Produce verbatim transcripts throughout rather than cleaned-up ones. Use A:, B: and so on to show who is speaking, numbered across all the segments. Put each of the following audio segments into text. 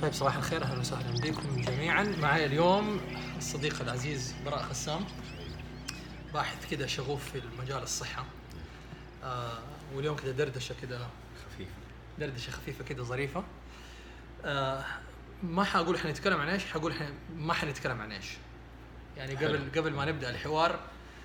A: طيب صباح الخير، أهلا وسهلا بكم جميعا. معي اليوم الصديق العزيز براء خسام، باحث كده شغوف في المجال الصحة. آه واليوم كده دردشة كده
B: خفيفة
A: دردشة خفيفة كده ظريفة. آه ما حقول إحنا نتكلم عن إيش، حقول إحنا ما حنتكلم عن إيش. يعني قبل
B: حلو.
A: قبل ما نبدأ الحوار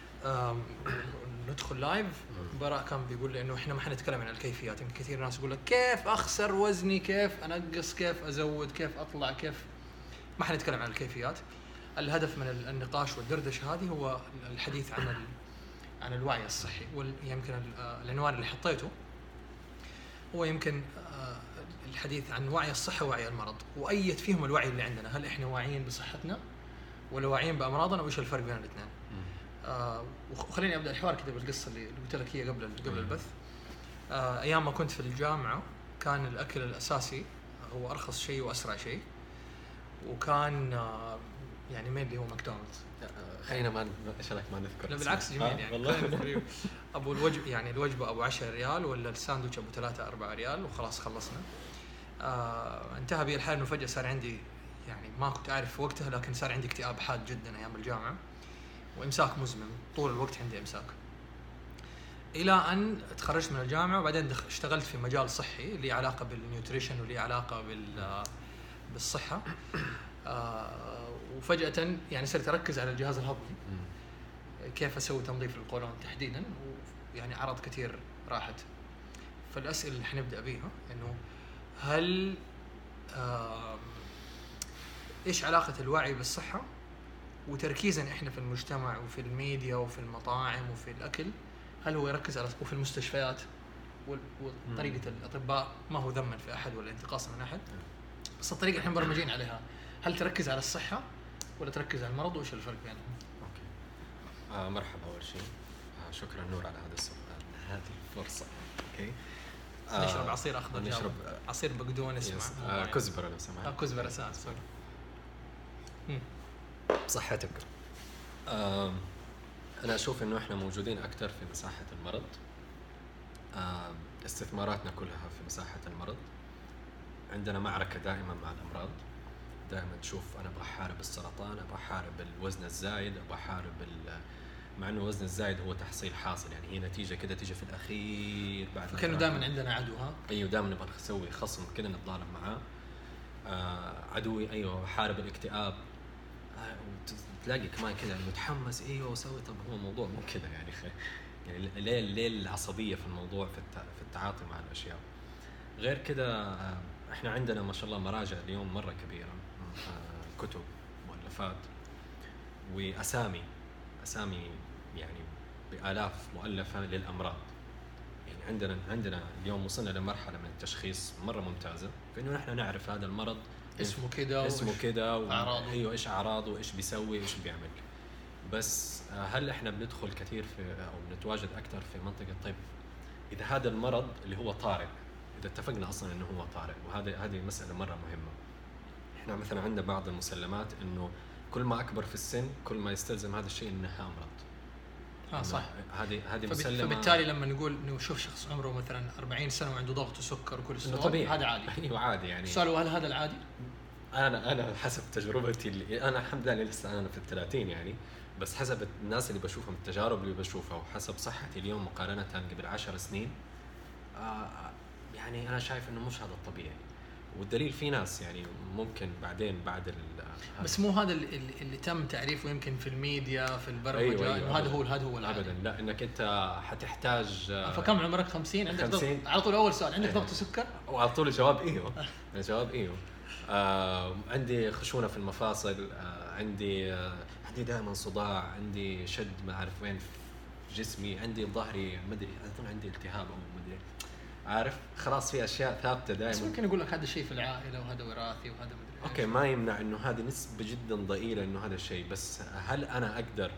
A: ندخل لايف، براء كان بيقول لي إنه إحنا ما حنتكلم عن الكيفيات. يمكن كثير ناس يقول لك كيف أخسر وزني، كيف أنقص، كيف أزود، كيف أطلع، كيف. ما حنتكلم عن الكيفيات. الهدف من النقاش والدردشة هذه هو الحديث عن عن الوعي الصحي. ويمكن العنوان اللي حطيته هو يمكن الحديث عن وعي الصحة ووعي المرض، وأية فيهم الوعي اللي عندنا. هل إحنا واعيين بصحتنا ولا واعيين بأمراضنا، وإيش الفرق بين الاثنين؟ آه وخليني أبدأ الحوار كده بالقصة اللي قلت لك هي قبل قبل البث. آه أيام ما كنت في الجامعة كان الأكل الأساسي هو أرخص شيء وأسرع شيء، وكان آه يعني مين اللي هو ماكدونالدز.
B: خلينا ما ايش لك ما نذكر.
A: لا بالعكس جميل يعني
B: والله.
A: ابو الوجبه يعني الوجبه ابو عشرة ريال، ولا الساندويتش ابو ثلاثة أربعة ريال، وخلاص خلصنا. آه انتهى بي الحال انه فجاه صار عندي، يعني ما كنت اعرف وقتها، لكن صار عندي اكتئاب حاد جدا ايام الجامعه، وامساك مزمن طول الوقت عندي امساك، الى ان تخرجت من الجامعه. وبعدين اشتغلت في مجال صحي اللي علاقه بالنيوتريشن واللي علاقه بال بالصحه. آه وفجاه يعني صرت اركز على الجهاز الهضمي، كيف اسوي تنظيف القولون تحديدا، ويعني اعراض كثير راحت. فالاسئله اللي حنبدا بيها انه هل آه ايش علاقه الوعي بالصحه وتركيزا احنا في المجتمع وفي الميديا وفي المطاعم وفي الاكل؟ هل هو يركز على وفي المستشفيات وطريقه الاطباء، ما هو ذما في احد ولا انتقاصا من احد، بس الطريقه احنا مبرمجين عليها. هل تركز على الصحه ولا تركز على المرض، وايش الفرق بينهم؟
B: اوكي. آه مرحبا اول شيء. آه شكرا نور على هذا السؤال، هذه الفرصه. اوكي.
A: آه نشرب عصير اخضر،
B: نشرب
A: عصير بقدونس مع
B: آه كزبره لو سمحت.
A: آه كزبره اساس سوري.
B: بصحتك. آه انا اشوف انه احنا موجودين اكثر في مساحه المرض. آه استثماراتنا كلها في مساحه المرض. عندنا معركه دائما مع الامراض، دائما تشوف انا ابغى احارب السرطان، ابغى احارب الوزن الزايد، ابغى احارب مع انه الوزن الزايد هو تحصيل حاصل، يعني هي نتيجه كده تيجي في الاخير بعد.
A: كانوا دائما عندنا عدو. ها
B: ايوه دائما نبغى نسوي خصم كده نتضارب معاه. آه عدوي ايوه حارب الاكتئاب. آه وتلاقي كمان كده متحمس ايوه وسوي. طب هو الموضوع مو كده يعني خي. يعني ليه ليه العصبيه في الموضوع في في التعاطي مع الاشياء. غير كده آه احنا عندنا ما شاء الله مراجع اليوم مره كبيره، آه كتب مؤلفات واسامي اسامي يعني بآلاف مؤلفة للأمراض. يعني عندنا عندنا اليوم وصلنا لمرحلة من التشخيص مرة ممتازة، فإنه نحن نعرف هذا المرض
A: اسمه كده
B: اسمه كده
A: وأعراضه.
B: أيوة إيش أعراضه وإيش بيسوي وإيش بيعمل. بس هل إحنا بندخل كثير في أو بنتواجد أكثر في منطقة طيب إذا هذا المرض اللي هو طارئ، إذا اتفقنا أصلاً إنه هو طارئ، وهذه هذه مسألة مرة مهمة. إحنا مثلاً عندنا بعض المسلمات إنه كل ما أكبر في السن كل ما يستلزم هذا الشيء إنها أمراض.
A: اه صح.
B: هذه هذه مسلمة.
A: فبالتالي لما نقول نشوف شخص عمره مثلا أربعين سنة وعنده ضغط وسكر وكل
B: شيء طبيعي،
A: هذا عادي.
B: ايوه عادي يعني.
A: سؤال هل هذا العادي؟
B: انا انا حسب تجربتي اللي انا الحمد لله لسه انا في الثلاثين يعني، بس حسب الناس اللي بشوفهم التجارب اللي بشوفها وحسب صحتي اليوم مقارنة قبل عشر سنين، آه يعني انا شايف انه مش هذا الطبيعي. والدليل في ناس يعني ممكن بعدين بعد ال
A: بس مو هذا اللي, اللي تم تعريفه يمكن في الميديا في البرمجة.
B: أيوة أيوة
A: هذا هو هذا هو العادي.
B: ابدا لا، انك انت حتحتاج.
A: فكم عمرك؟ خمسين عندك ضغط على طول؟ اول سؤال عندك ضغط وسكر؟
B: وعلى طول الجواب ايوه. الجواب ايوه. آه عندي خشونة في المفاصل، آه عندي آه عندي دائما صداع، عندي شد ما اعرف وين في جسمي، عندي ظهري ما ادري اظن عندي التهاب او ما ادري عارف. خلاص في اشياء ثابته دائما.
A: بس ممكن اقول لك هذا الشيء في العائله وهذا وراثي وهذا مدري.
B: اوكي ما يمنع انه هذه نسبه جدا ضئيله انه هذا الشيء، بس هل انا اقدر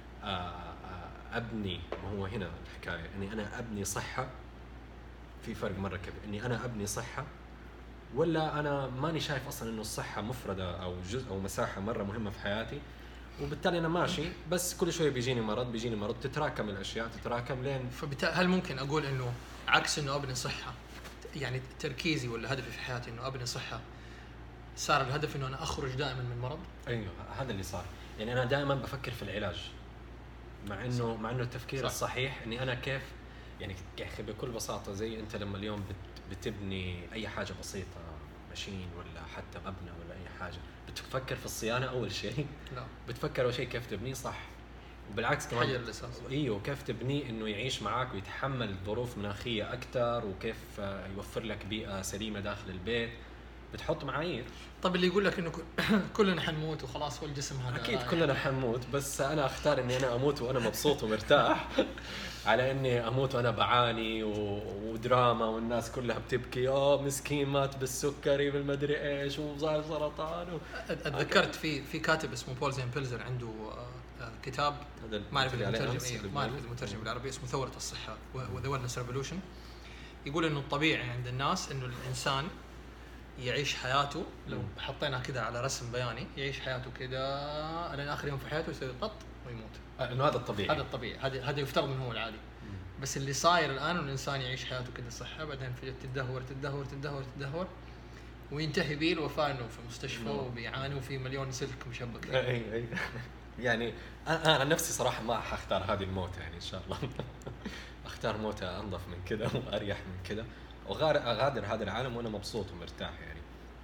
B: ابني؟ ما هو هنا الحكايه اني انا ابني صحه. في فرق مره كبير اني انا ابني صحه، ولا انا ماني شايف اصلا انه الصحه مفرده او جزء او مساحه مره مهمه في حياتي، وبالتالي انا ماشي بس كل شويه بيجيني مرض بيجيني مرض تتراكم الاشياء تتراكم لين.
A: فبالتالي هل ممكن اقول انه عكس انه ابني صحه، يعني تركيزي ولا هدفي في حياتي انه ابني صحه صار الهدف انه انا اخرج دائما من المرض.
B: ايوه هذا اللي صار. يعني انا دائما بفكر في العلاج، مع انه مع انه التفكير صح. الصحيح اني انا كيف يعني اخي بكل بساطه زي انت لما اليوم بتبني اي حاجه بسيطه، ماشين ولا حتى مبنى ولا اي حاجه، بتفكر في الصيانه اول شيء.
A: لا
B: بتفكر اول شيء كيف تبنيه صح، وبالعكس كمان
A: حجر الاساس.
B: ايوه كيف تبنيه انه يعيش معك ويتحمل ظروف مناخيه اكثر، وكيف يوفر لك بيئه سليمه داخل البيت. بتحط معايير.
A: طب اللي يقول لك انه كلنا حنموت وخلاص هو الجسم هذا.
B: اكيد كلنا حنموت، بس انا اختار اني انا اموت وانا مبسوط ومرتاح على اني اموت وانا بعاني ودراما والناس كلها بتبكي اه مسكين مات بالسكري بالمدري ايش وصار سرطان و...
A: اتذكرت في في كاتب اسمه بول زين بيلزر عنده كتاب ما اعرف المترجم ما اعرف المترجم بالعربي اسمه ثورة الصحة وذا ويلنس ريفولوشن. يقول انه الطبيعي عند الناس انه الانسان يعيش حياته لو حطينا كده على رسم بياني يعيش حياته كده لين اخر يوم في حياته يسوي طط ويموت.
B: انه هذا الطبيعي،
A: هذا الطبيعي، هذا هذا يفترض انه هو العادي. مم. بس اللي صاير الان انه الانسان يعيش حياته كده صحه، بعدين في تدهور تدهور تدهور تدهور وينتهي به الوفاه انه في مستشفى وبيعاني وفي مليون سلك مشبك.
B: اي اي يعني انا انا نفسي صراحه ما حختار هذه الموت يعني ان شاء الله اختار موتة انظف من كده واريح من كده وغادر هذا العالم وانا مبسوط ومرتاح يعني.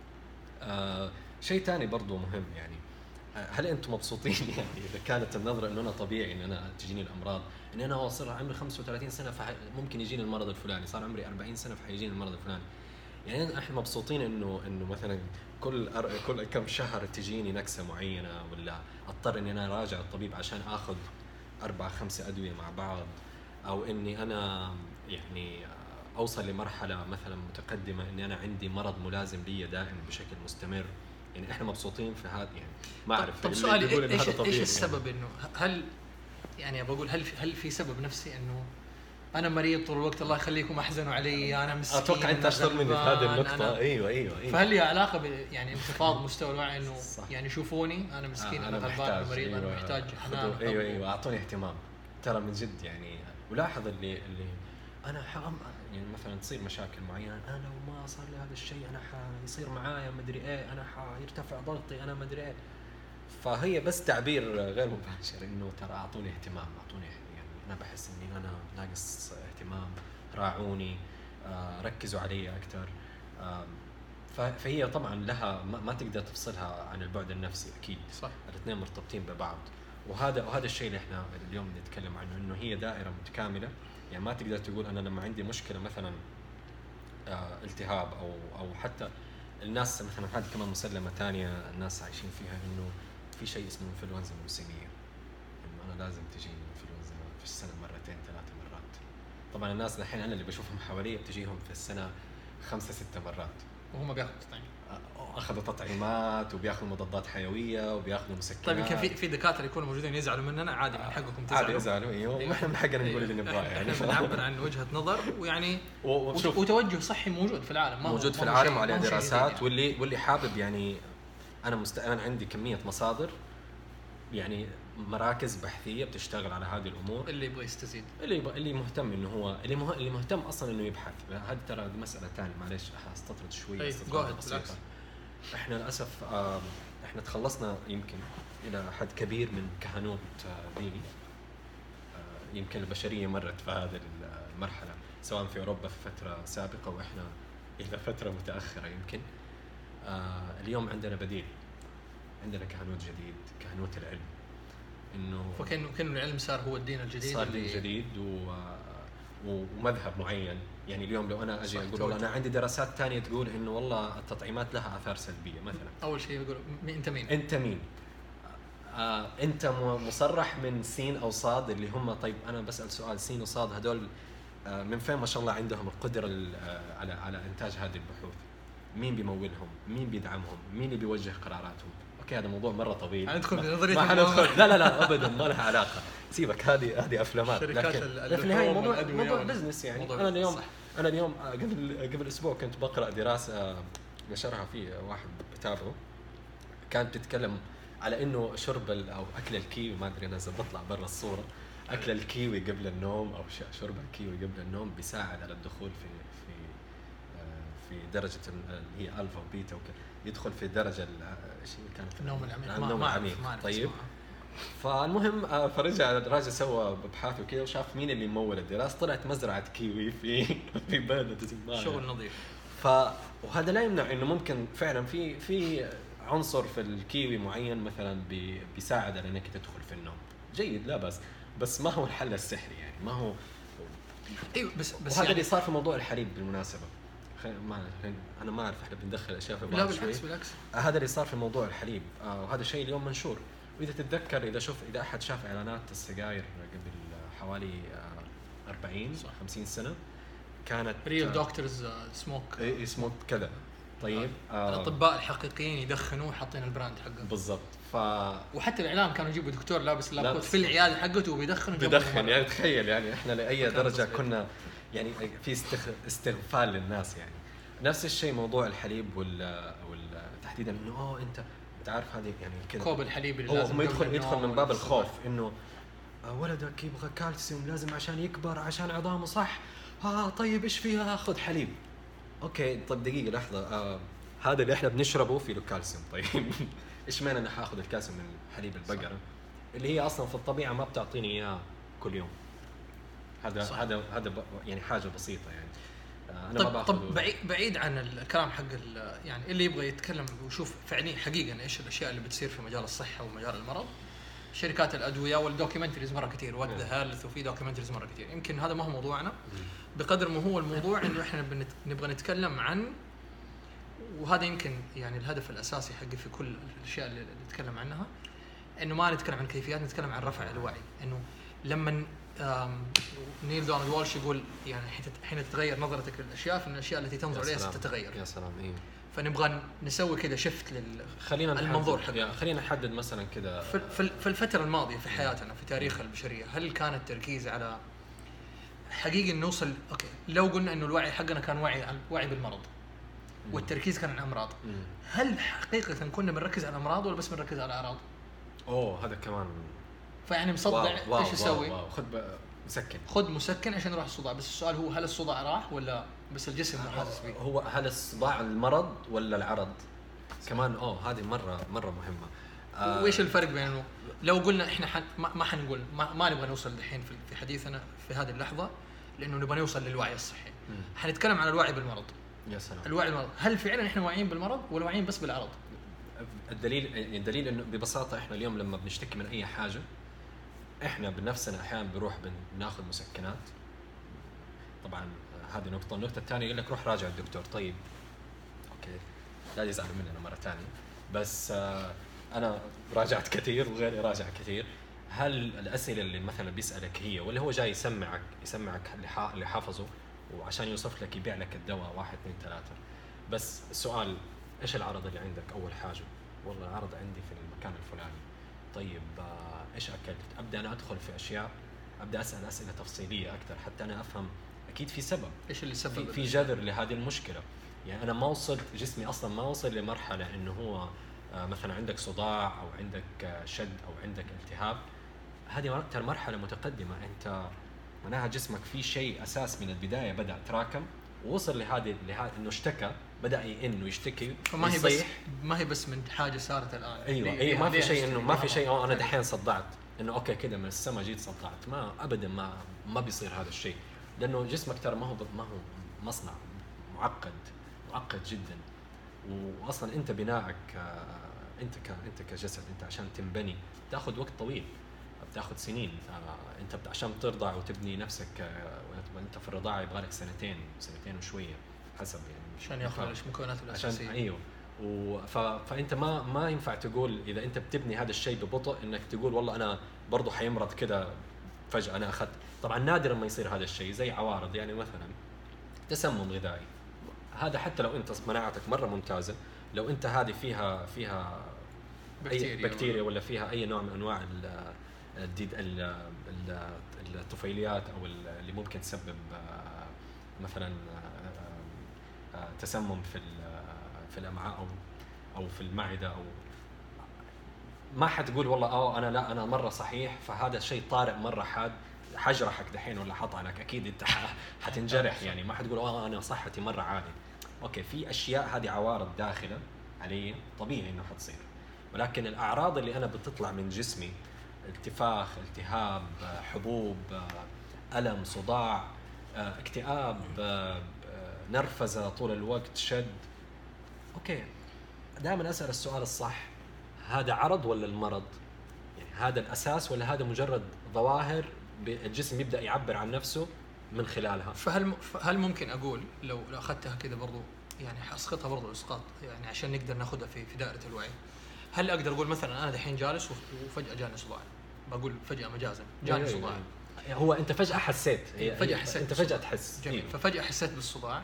B: آه شيء تاني برضو مهم يعني، هل انتم مبسوطين يعني اذا كانت النظره انه انا طبيعي ان انا تجيني الامراض، ان انا اوصل عمري خمسة وثلاثين سنه فممكن يجيني المرض الفلاني، صار عمري أربعين سنه فحيجيني المرض الفلاني. يعني احنا مبسوطين انه انه مثلا كل أر... كل كم شهر تجيني نكسه معينه، ولا اضطر اني انا اراجع الطبيب عشان اخذ اربع خمسه ادويه مع بعض، او اني انا يعني اوصل لمرحله مثلا متقدمه اني انا عندي مرض ملازم لي دائم بشكل مستمر. يعني احنا مبسوطين في هذا يعني ما اعرف.
A: طب سؤالي ايش ايش السبب يعني؟ انه هل يعني بقول هل هل في سبب نفسي انه انا مريض طول الوقت الله يخليكم احزنوا علي انا مسكين؟
B: اتوقع انت اشطر مني في هذه النقطه. ايوه ايوه ايوه
A: فهل لي علاقه يعني انخفاض مستوى الوعي انه يعني شوفوني انا مسكين
B: آه
A: انا غلبان انا مريض
B: أيوة
A: انا محتاج حنان.
B: ايوه ايوه اعطوني اهتمام ترى من جد يعني. ولاحظ اللي اللي انا حام يعني مثلا تصير مشاكل معينه، انا لو ما صار لي هذا الشيء انا حيصير معايا مدري ايه، انا حيرتفع ضغطي انا مدري ايه. فهي بس تعبير غير مباشر انه ترى اعطوني اهتمام، اعطوني يعني انا بحس اني انا ناقص اهتمام، راعوني، آه ركزوا علي اكثر. آه فهي طبعا لها ما تقدر تفصلها عن البعد النفسي اكيد
A: صح.
B: الاثنين مرتبطين ببعض، وهذا وهذا الشيء اللي احنا اليوم نتكلم عنه انه هي دائره متكامله. يعني ما تقدر تقول انا لما عندي مشكله مثلا آه التهاب او او حتى الناس مثلا هذه كمان مسلمه ثانيه الناس عايشين فيها انه في شيء اسمه انفلونزا موسميه، انه انا لازم تجيني انفلونزا في السنه مرتين ثلاثه مرات. طبعا الناس الحين انا اللي بشوفهم حواليا بتجيهم في السنه خمسه سته مرات
A: وهم بياخذوا تطعيم،
B: اخذوا تطعيمات وبياخذوا مضادات حيويه وبياخذوا مسكنات.
A: طيب يمكن في في دكاتره يكونوا موجودين يزعلوا مننا، عادي من حقكم تزعلوا،
B: عادي يزعلوا ايوه واحنا من حقنا نقول اللي نبغاه يعني.
A: احنا بنعبر عن وجهه نظر ويعني وتوجه صحي موجود في العالم، ما
B: موجود في العالم وعليه دراسات يعني. واللي واللي حابب يعني انا مست... انا عندي كميه مصادر يعني مراكز بحثيه بتشتغل على هذه الامور.
A: اللي يبغى يستزيد،
B: اللي يبغى اللي مهتم انه هو اللي مه... اللي مهتم اصلا انه يبحث. هذه ترى دي مساله ثانيه معلش استطرد شوي
A: استطراد بسيطه.
B: احنا للاسف آه احنا تخلصنا يمكن الى حد كبير من كهنوت آه ديني. آه يمكن البشريه مرت في هذه المرحله سواء في اوروبا في فتره سابقه واحنا الى فتره متاخره يمكن. آه اليوم عندنا بديل، عندنا كهنوت جديد، كهنوت العلم. انه
A: فكانه كانه العلم صار هو الدين الجديد،
B: صار دين جديد و... ومذهب معين. يعني اليوم لو انا اجي اقول والله انا عندي دراسات ثانيه تقول انه والله التطعيمات لها اثار سلبيه مثلا،
A: اول شيء يقول انت مين
B: انت مين آه انت مصرح من سين او صاد اللي هم. طيب انا بسال سؤال، سين وصاد هذول آه من فين ما شاء الله عندهم القدره آه على على انتاج هذه البحوث؟ مين بيمولهم؟ مين بيدعمهم؟ مين اللي بيوجه قراراتهم؟ اوكي هذا موضوع مره طويل
A: هندخل في نظريه
B: ما حندخل لا لا لا ابدا ما لها علاقه، سيبك هذه هذه افلامات. لكن في النهايه موضوع موضوع بزنس يعني. انا اليوم صح. انا اليوم قبل قبل اسبوع كنت بقرا دراسه نشرها في واحد بتابعه، كانت تتكلم على انه شرب او اكل الكيوي، ما ادري انا اذا بطلع برا الصوره، اكل الكيوي قبل النوم او شرب الكيوي قبل النوم بيساعد على الدخول في في في درجه اللي هي الفا وبيتا وكذا، يدخل في الدرجه ايش كانت
A: النوم العميق.
B: النوم العميق. طيب فالمهم آه، فرجع الراجل سوى ابحاث وكذا وشاف مين اللي مول الدراسه، طلعت مزرعه كيوي في في بلد زمان،
A: شغل نظيف.
B: ف وهذا لا يمنع انه ممكن فعلا في في عنصر في الكيوي معين مثلا بي بيساعد على انك تدخل في النوم، جيد لا بس بس ما هو الحل السحري يعني، ما هو
A: ايوه بس بس
B: وهذا
A: يعني
B: اللي صار في موضوع الحليب بالمناسبه. خي... ما انا ما اعرف احنا بندخل اشياء في بعض.
A: لا بالعكس بالعكس
B: هذا اللي صار في موضوع الحليب، آه وهذا الشيء اليوم منشور. واذا تتذكر اذا شوف اذا احد شاف اعلانات السجاير قبل حوالي آه أربعين خمسين سنه كانت
A: ريل دكتورز سموك
B: اي سموك كذا. طيب
A: آه الاطباء الحقيقيين يدخنوا حاطين البراند حقه
B: بالضبط. ف
A: وحتى الاعلان كانوا يجيبوا دكتور لابس لابس في العياده حقته وبيدخن
B: بيدخن يعني تخيل يعني احنا لاي درجه كنا يعني في استخ... استغفال للناس يعني. نفس الشيء موضوع الحليب وال وال تحديدا انه اه انت انت عارف هذه يعني كذا
A: كوب الحليب اللي
B: هو
A: لازم
B: يدخل يدخل من باب الخوف انه ولدك يبغى كالسيوم لازم عشان يكبر عشان عظامه صح. اه طيب ايش فيها اخذ حليب. اوكي طيب دقيقه لحظه آه هذا اللي احنا بنشربه فيه الكالسيوم. طيب ايش معنى انا حاخذ الكالسيوم من حليب البقره صح. اللي هي اصلا في الطبيعه ما بتعطيني اياه كل يوم. هذا صح. هذا هذا يعني حاجه بسيطه يعني. آه انا
A: طب
B: ما باخذ
A: طب بعيد بعيد عن الكلام حق يعني اللي يبغى يتكلم ويشوف فعليا حقيقه ايش الاشياء اللي بتصير في مجال الصحه ومجال المرض، شركات الادويه والدوكيومنتريز مره كثير وات ذا هيلث وفي دوكيومنتريز مره كثير. يمكن هذا ما هو موضوعنا بقدر ما هو الموضوع انه احنا نبغى نتكلم عن، وهذا يمكن يعني الهدف الاساسي حقي في كل الاشياء اللي نتكلم عنها، انه ما نتكلم عن كيفيات، نتكلم عن رفع الوعي. انه لما نيل دونالد والش يقول يعني حين تتغير نظرتك للاشياء فان الاشياء التي تنظر اليها ستتغير.
B: يا سلام. ايوه
A: فنبغى نسوي كذا شفت لل
B: خلينا
A: المنظور حقنا.
B: خلينا نحدد مثلا كذا
A: في, في الفتره الماضيه في حياتنا في تاريخ البشريه، هل كان التركيز على حقيقي نوصل اوكي لو قلنا انه الوعي حقنا كان وعي وعي بالمرض والتركيز كان على الامراض، هل حقيقه كنا بنركز على الامراض ولا بس بنركز على الاعراض؟
B: اوه هذا كمان
A: فيعني مصدع ايش يسوي؟
B: خذ مسكن
A: خذ مسكن عشان يروح الصداع، بس السؤال هو هل الصداع راح ولا بس الجسم مو حاسس فيه؟
B: هو هل الصداع المرض ولا العرض كمان؟ اوه هذه مره مره مهمه.
A: آه وايش الفرق بين انه لو قلنا احنا حن ما, ما حنقول ما, ما نبغى نوصل الحين في, في حديثنا في هذه اللحظه لانه نبغى نوصل للوعي الصحي. حنتكلم عن الوعي بالمرض.
B: يا سلام.
A: الوعي بالمرض، هل فعلا احنا واعيين بالمرض ولا واعيين بس بالعرض؟
B: الدليل الدليل انه ببساطه احنا اليوم لما بنشتكي من اي حاجه احنا بنفسنا احيانا بنروح بناخذ مسكنات. طبعا هذه نقطه. النقطه الثانيه يقول لك روح راجع الدكتور. طيب اوكي لا يزعل مننا مره ثانيه، بس آه انا راجعت كثير وغيري راجع كثير. هل الاسئله اللي مثلا بيسالك هي ولا هو جاي يسمعك يسمعك اللي حافظه وعشان يوصف لك يبيع لك الدواء واحد اثنين ثلاثه؟ بس السؤال ايش العرض اللي عندك؟ اول حاجه والله العرض عندي في المكان الفلاني. طيب آه ايش اكلت؟ ابدا انا ادخل في اشياء، ابدا اسال اسئله تفصيليه اكثر حتى انا افهم اكيد في سبب،
A: ايش اللي سبب
B: في, في جذر لهذه المشكله. يعني انا ما وصلت جسمي اصلا ما وصل لمرحله انه هو آه مثلا عندك صداع او عندك آه شد او عندك التهاب. هذه ترى مرحله متقدمه، انت معناها جسمك في شيء اساس من البدايه بدا تراكم ووصل لهذه لهذا انه اشتكى، بدا انه يشتكي.
A: فما هي بس ما هي بس من حاجه صارت الان.
B: ايوه ايوه ما في شيء انه ما في شيء انا دحين صدعت انه اوكي كده من السما جيت صدعت. ما ابدا ما ما بيصير هذا الشيء، لانه جسمك ترى ما هو ما هو مصنع معقد معقد جدا. واصلا انت بنائك انت ك انت كجسد انت عشان تنبني تاخذ وقت طويل، بتاخذ سنين. انت عشان ترضع وتبني نفسك وانت في الرضاعه يبغى لك سنتين سنتين وشويه حسب يعني
A: عشان ياخذ المكونات الاساسيه.
B: ايوه ف... فانت ما ما ينفع تقول اذا انت بتبني هذا الشيء ببطء انك تقول والله انا برضو حيمرض كده فجاه انا اخذت. طبعا نادرا ما يصير هذا الشيء زي عوارض، يعني مثلا تسمم غذائي. هذا حتى لو انت مناعتك مره ممتازه، لو انت هذه فيها فيها بكتيريا, أي بكتيريا ولا فيها اي نوع من انواع الديد الطفيليات او اللي ممكن تسبب مثلا تسمم في في الامعاء او او في المعده، او ما حتقول والله اه انا لا انا مره صحيح فهذا الشيء طارئ مره حاد حجرحك دحين ولا حطعنك. اكيد انت حتنجرح يعني. ما حتقول اه انا صحتي مره عالي. اوكي في اشياء هذه عوارض داخله علي طبيعي انه حتصير، ولكن الاعراض اللي انا بتطلع من جسمي انتفاخ، التهاب، حبوب، الم، صداع، اكتئاب، نرفزه طول الوقت، شد، اوكي دائما اسال السؤال الصح، هذا عرض ولا المرض؟ يعني هذا الاساس ولا هذا مجرد ظواهر الجسم يبدا يعبر عن نفسه من خلالها؟
A: فهل هل ممكن اقول لو لو اخذتها كذا برضو، يعني اسقطها برضو اسقاط يعني عشان نقدر ناخذها في في دائره الوعي، هل اقدر اقول مثلا انا دحين جالس وفجاه جاني صداع، بقول فجاه مجازا جاني صداع،
B: هو انت فجاه حسيت،
A: فجاه حسيت
B: انت فجاه تحس
A: جميل. ففجاه حسيت بالصداع،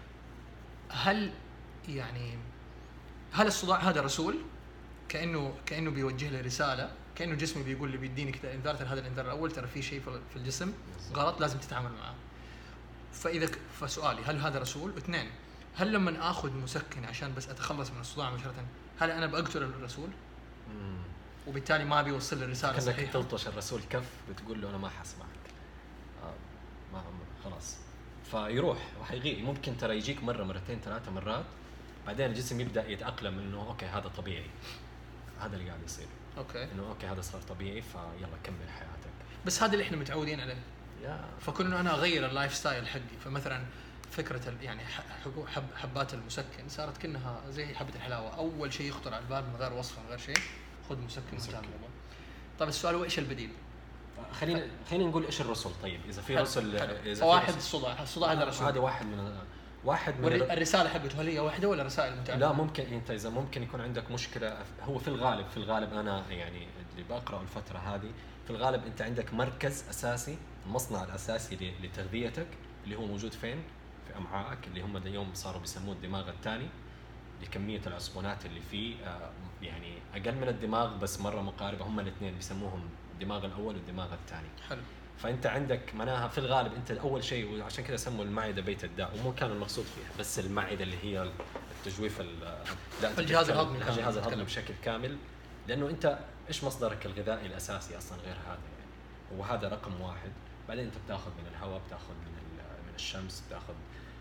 A: هل يعني هل الصداع هذا رسول كانه كانه بيوجه لي رساله، كانه جسمي بيقول لي بيديني كذا انذار، هذا الانذار الاول ترى في شيء في الجسم غلط لازم تتعامل معه. فاذا فسؤالي هل هذا رسول؟ واثنين هل لما اخذ مسكن عشان بس اتخلص من الصداع مباشره هل انا بقتل الرسول؟ مم. وبالتالي ما بيوصل لي الرساله صحيحه.
B: كانك تلطش الرسول كف بتقول له انا ما حسمعك، آه ما خلاص فيروح وحيغيب. ممكن ترى يجيك مره مرتين ثلاثه مرات، بعدين الجسم يبدا يتاقلم انه اوكي هذا طبيعي، هذا اللي قاعد يصير،
A: اوكي
B: انه اوكي هذا صار طبيعي فيلا كمل حياتك.
A: بس هذا اللي احنا متعودين عليه، فكنا انا اغير اللايف ستايل حقي. فمثلا فكره يعني حب حبات المسكن صارت كأنها زي حبه الحلاوه، اول شيء يخطر على البال من غير وصفه من غير شيء خذ مسكن, مسكن. طيب السؤال هو ايش البديل؟
B: خلينا خلينا نقول ايش الرسل. طيب اذا في رسل،
A: اذا واحد الصداع الصداع هذا رسول،
B: هذا واحد من واحد من
A: الرساله حقته هل هي واحده ولا رسائل متعدده؟
B: لا ممكن انت اذا ممكن يكون عندك مشكله. هو في الغالب في الغالب انا يعني اللي بقرا الفتره هذه في الغالب انت عندك مركز اساسي، المصنع الاساسي لتغذيتك اللي هو موجود فين؟ في امعائك، اللي هم اليوم صاروا بيسموه الدماغ الثاني، لكميه العصبونات اللي فيه يعني اقل من الدماغ بس مره مقاربه. هم الاثنين بيسموهم الدماغ الاول والدماغ الثاني.
A: حلو.
B: فانت عندك معناها في الغالب انت اول شيء، وعشان كذا سموا المعده بيت الداء، ومو كان المقصود فيها بس المعده اللي هي التجويف،
A: الجهاز الهضمي،
B: الجهاز الهضمي بشكل كامل. لانه انت ايش مصدرك الغذائي الاساسي اصلا غير هذا؟ يعني هو هذا رقم واحد. بعدين انت بتاخذ من الهواء، بتاخذ من من الشمس، بتاخذ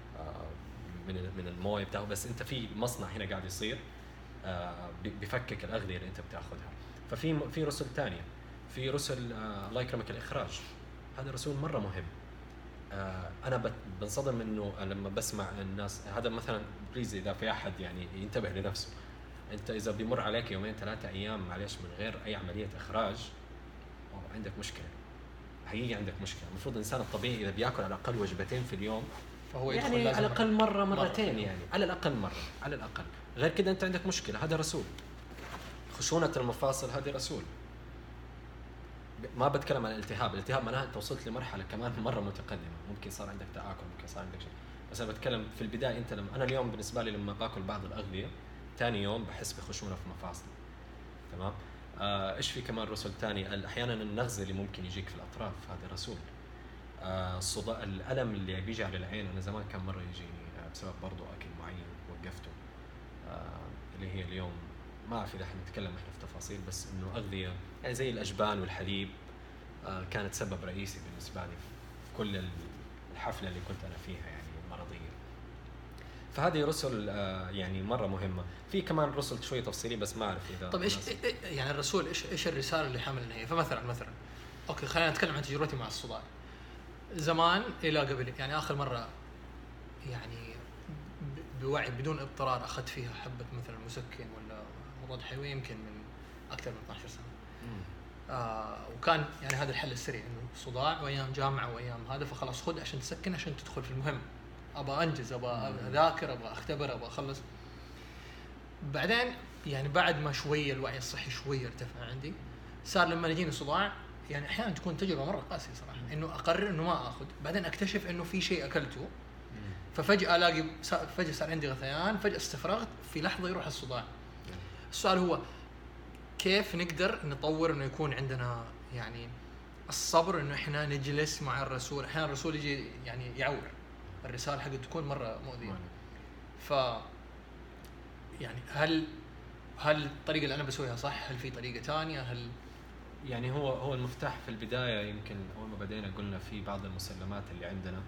B: من من المويه، بتاخذ. بس انت في مصنع هنا قاعد يصير بفكك الاغذيه اللي انت بتاخذها. ففي في رسل ثانيه، في رسل الله يكرمك الاخراج، هذا رسول مره مهم. انا بنصدم انه لما بسمع الناس هذا مثلا، بليز اذا في احد يعني ينتبه لنفسه. انت اذا بيمر عليك يومين ثلاثه ايام معلش من غير اي عمليه اخراج، عندك مشكله حقيقي، عندك مشكله. المفروض الانسان الطبيعي اذا بياكل على الاقل وجبتين في اليوم
A: فهو
B: يعني على الاقل مره مرتين، يعني على الاقل مره على الاقل. غير كده انت عندك مشكله. هذا رسول. خشونه المفاصل هذه رسول. ما بتكلم عن الالتهاب، الالتهاب معناها انت وصلت لمرحله كمان مره متقدمه، ممكن صار عندك تآكل، ممكن صار عندك شيء. بس انا بتكلم في البدايه. انت لما انا اليوم بالنسبه لي لما باكل بعض الاغذيه ثاني يوم بحس بخشونه في مفاصلي، تمام. آه ايش في كمان رسل ثاني؟ احيانا النغز اللي ممكن يجيك في الاطراف هذا رسول. آه الصداع، الالم اللي بيجي على العين، انا زمان كان مره يجيني آه بسبب برضو اكل معين وقفته، آه اللي هي اليوم ما اعرف اذا حنتكلم احنا في تفاصيل، بس انه اغذيه يعني زي الاجبان والحليب آه كانت سبب رئيسي بالنسبه لي في كل الحفله اللي كنت انا فيها يعني مرضيه. فهذه رسل آه يعني مره مهمه. في كمان رسل شويه تفصيلي بس ما اعرف اذا
A: طب ايش يعني الرسول ايش ايش الرساله اللي حاملها هي؟ فمثلا مثلا اوكي خلينا نتكلم عن تجربتي مع الصداع. زمان الى قبل يعني اخر مره يعني بوعي بدون اضطرار اخذت فيها حبه مثلا مسكن ولا مضاد حيوي يمكن من اكثر من اثناشر سنه. آه وكان يعني هذا الحل السريع انه صداع وايام جامعه وايام هذا، فخلاص خذ عشان تسكن عشان تدخل في المهم. ابى انجز، ابى اذاكر، ابى اختبر، ابى اخلص. بعدين يعني بعد ما شويه الوعي الصحي شويه ارتفع عندي، صار لما يجيني صداع يعني احيانا تكون تجربه مره قاسيه صراحه، انه اقرر انه ما اخذ، بعدين اكتشف انه في شيء اكلته، ففجاه الاقي فجاه صار عندي غثيان، فجاه استفرغت، في لحظه يروح الصداع. السؤال هو كيف نقدر نطور انه يكون عندنا يعني الصبر انه احنا نجلس مع الرسول. احيانا الرسول يجي يعني يعور، الرساله حقته تكون مره مؤذيه. ف يعني هل هل الطريقه اللي انا بسويها صح؟ هل في طريقه ثانيه؟ هل
B: يعني هو هو المفتاح في البدايه يمكن اول ما بدينا قلنا في بعض المسلمات اللي عندنا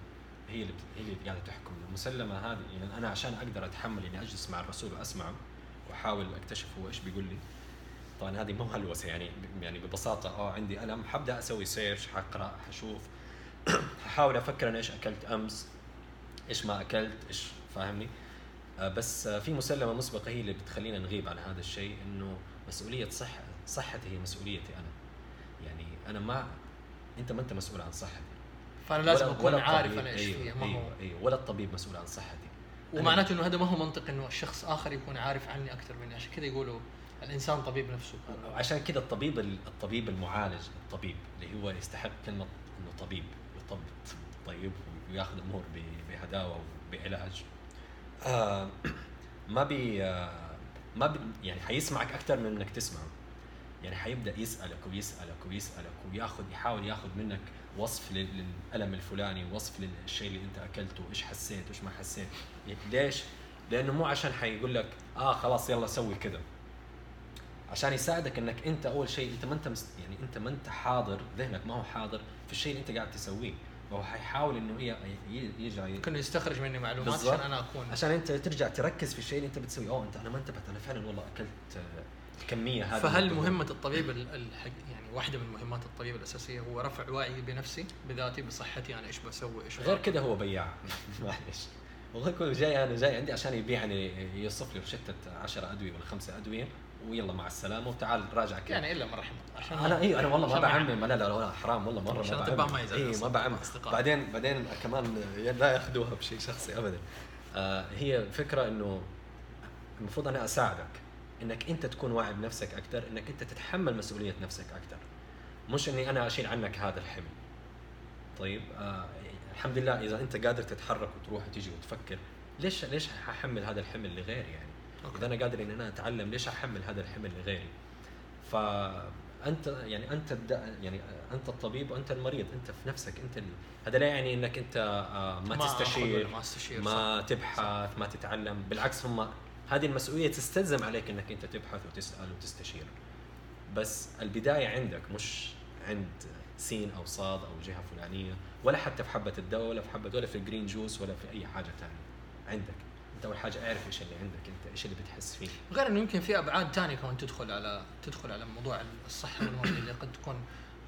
B: هي اللي هي اللي قاعده تحكم. المسلمه هذه يعني انا عشان اقدر اتحمل اني اجلس مع الرسول واسمعه واحاول اكتشف هو ايش بيقول لي. طبعا هذه مو هلوسه يعني يعني ببساطه اه عندي الم حبدا اسوي سيرش، حقرا، حشوف، ححاول افكر انا ايش اكلت امس، ايش ما اكلت، ايش فاهمني. آه بس آه في مسلمه مسبقه هي اللي بتخلينا نغيب عن هذا الشيء، انه مسؤوليه صحه صحتي هي مسؤوليتي انا. يعني انا ما انت ما انت مسؤول عن صحتي،
A: فانا لازم
B: ولا
A: اكون
B: ولا
A: عارف
B: الطبيب.
A: انا ايش
B: أيوة
A: فيه، ما
B: أيوة
A: هو
B: أيوة ولا الطبيب مسؤول عن صحتي.
A: ومعناته انه هذا ما هو منطق انه الشخص اخر يكون عارف عني اكثر مني، عشان كذا يقولوا الانسان طبيب نفسه.
B: عشان كذا الطبيب الطبيب المعالج، الطبيب اللي هو يستحق كلمه انه طبيب، يطب طيب وياخذ امور بهداوه وبعلاج. آه ما بي آه ما بي يعني حيسمعك اكثر من انك تسمعه. يعني حيبدا يسالك ويسالك ويسالك وياخذ يحاول ياخذ منك وصف للالم الفلاني، وصف للشيء اللي انت اكلته، ايش حسيت وايش ما حسيت. يعني ليش؟ لانه مو عشان حيقول لك اه خلاص يلا سوي كذا، عشان يساعدك انك انت اول شيء انت ما انت مست... يعني انت ما انت حاضر، ذهنك ما هو حاضر في الشيء اللي انت قاعد تسويه، وهو حيحاول انه هي يجي
A: كانه يستخرج مني معلومات عشان انا اكون
B: عشان انت ترجع تركز في الشيء اللي انت بتسويه. اوه انت انا ما انتبهت، انا فعلا والله اكلت الكميه هذه.
A: فهل مهمه الطبيب الحق يعني واحده من مهمات الطبيب الاساسيه هو رفع وعي بنفسي بذاتي بصحتي، انا ايش بسوي ايش
B: غير كده هو بياع معلش والله كله جاي انا جاي عندي عشان يبيعني، يوصف لي روشته عشرة ادويه ولا خمسة ادويه ويلا مع السلامه وتعال راجع كده.
A: يعني الا ما رحم عشان
B: انا ايوه انا والله ما بعمم، لا لا لا حرام والله مره
A: ما بعمم.
B: اي ما بعمم. بعدين بعدين كمان لا ياخذوها بشيء شخصي ابدا. آه هي فكره انه المفروض انا اساعدك انك انت تكون واعي بنفسك اكثر، انك انت تتحمل مسؤوليه نفسك اكثر، مش اني انا اشيل عنك هذا الحمل. طيب آه الحمد لله اذا انت قادر تتحرك وتروح وتيجي وتفكر، ليش ليش ححمل هذا الحمل لغيري يعني؟ أوكي. اذا انا قادر ان انا اتعلم ليش احمل هذا الحمل لغيري؟ فانت يعني انت يعني انت الطبيب وانت المريض، انت في نفسك انت ال... هذا لا يعني انك انت آه ما, ما تستشير
A: ما, استشير
B: ما تبحث صح. ما تتعلم، بالعكس هم هذه المسؤوليه تستلزم عليك انك انت تبحث وتسال وتستشير. بس البدايه عندك، مش عند سين او صاد او جهه فلانيه، ولا حتى في حبه الدواء ولا في حبه ولا في الجرين جوس ولا في اي حاجه ثانيه. عندك انت اول حاجه اعرف ايش اللي عندك انت، ايش اللي بتحس فيه.
A: غير انه يمكن في ابعاد ثانيه كمان تدخل على تدخل على موضوع الصحه والمرض اللي قد تكون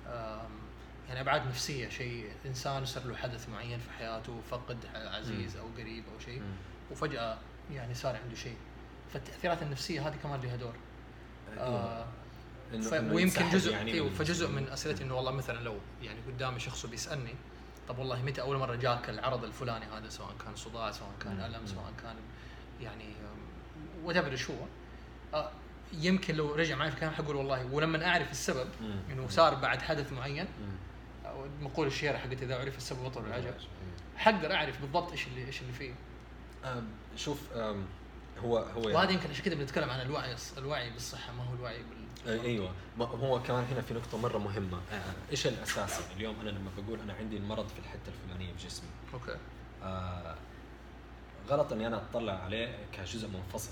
A: يعني ابعاد نفسيه، شيء انسان صار له حدث معين في حياته، فقد عزيز او قريب او شيء، وفجاه يعني صار عنده شيء، فالتاثيرات النفسيه هذه كمان لها دور. آه ف... ويمكن جزء يعني ايوه فجزء من اسئلتي انه والله مثلا لو يعني قدامي شخص بيسالني طب والله متى اول مره جاك العرض الفلاني هذا، سواء كان صداع سواء كان الم سواء كان يعني whatever شو آه يمكن لو رجع معي في كلام حقول والله، ولما اعرف السبب انه يعني صار بعد حدث معين، او مقول الشيره حقت اذا عرف السبب بطل العجب، حقدر اعرف بالضبط ايش اللي ايش اللي فيه.
B: شوف هو هو
A: وهذا يعني يمكن عشان كده بنتكلم عن الوعي الوعي بالصحه، ما هو الوعي بال
B: ايوه. هو كمان هنا في نقطه مره مهمه. ايش الاساس يعني اليوم انا لما بقول انا عندي المرض في الحته الفلانيه بجسمي،
A: اوكي
B: آه غلط اني انا اطلع عليه كجزء منفصل.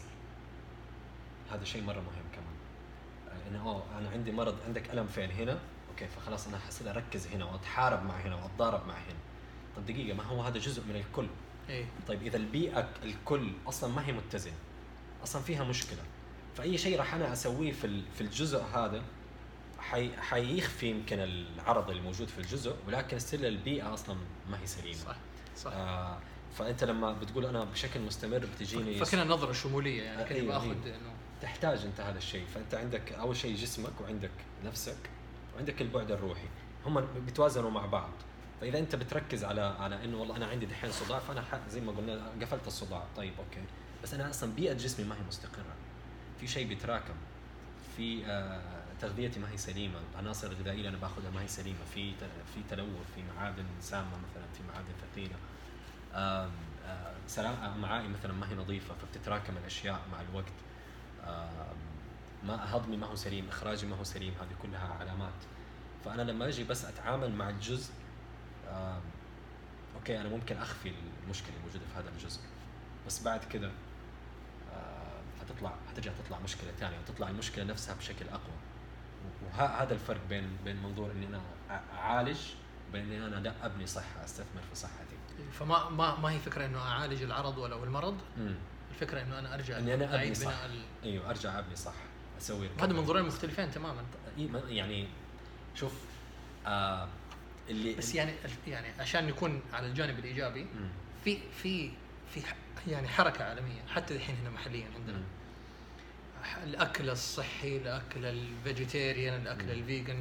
B: هذا شيء مره مهم كمان. آه انه اه انا عندي مرض، عندك الم فين هنا، اوكي فخلاص انا حصير اركز هنا واتحارب مع هنا واتضارب مع هنا. طب دقيقه، ما هو هذا جزء من الكل.
A: إيه؟
B: طيب اذا البيئه الكل اصلا ما هي متزنه، اصلا فيها مشكله، فاي شيء راح انا اسويه في في الجزء هذا حي حيخفي يمكن العرض الموجود في الجزء، ولكن ستيل البيئه اصلا ما هي سليمه.
A: صح صح.
B: آه فانت لما بتقول انا بشكل مستمر بتجيني
A: فكنا النظره الشموليه يعني
B: آه
A: كده
B: أيوة
A: باخذ
B: أيوة.
A: انه
B: تحتاج انت هذا الشيء. فانت عندك اول شيء جسمك وعندك نفسك وعندك البعد الروحي، هم بيتوازنوا مع بعض. فاذا انت بتركز على على انه والله انا عندي دحين صداع، فانا زي ما قلنا قفلت الصداع، طيب اوكي بس انا اصلا بيئه جسمي ما هي مستقره، في شيء بيتراكم، في آه تغذيتي ما هي سليمه، العناصر الغذائيه اللي انا باخذها ما هي سليمه، في في تلوث، في معادن سامه مثلا، في معادن ثقيله، آه آه سلام امعائي مثلا ما هي نظيفه، فبتتراكم الاشياء مع الوقت، آه ما هضمي ما هو سليم، اخراجي ما هو سليم، هذه كلها علامات. فانا لما اجي بس اتعامل مع الجزء آه، اوكي انا ممكن اخفي المشكله الموجوده في هذا الجزء، بس بعد كده آه، هتطلع هترجع تطلع مشكله ثانيه وتطلع المشكله نفسها بشكل اقوى. وهذا الفرق بين بين منظور اني انا اعالج بين انا لا ابني صحه، استثمر في صحتي.
A: فما ما ما هي فكره انه اعالج العرض ولا المرض،
B: امم
A: الفكره انه انا ارجع
B: اني انا ابني صح.
A: ال...
B: ايوه ارجع ابني صح، اسوي
A: هذا منظورين مختلفين تماما.
B: يعني شوف آه اللي
A: بس يعني يعني عشان نكون على الجانب الايجابي
B: مم.
A: في في في يعني حركه عالميه حتى الحين هنا محليا عندنا،
B: مم.
A: الاكل الصحي، الاكل الفيجيتيريان، الاكل
B: مم.
A: الفيجن.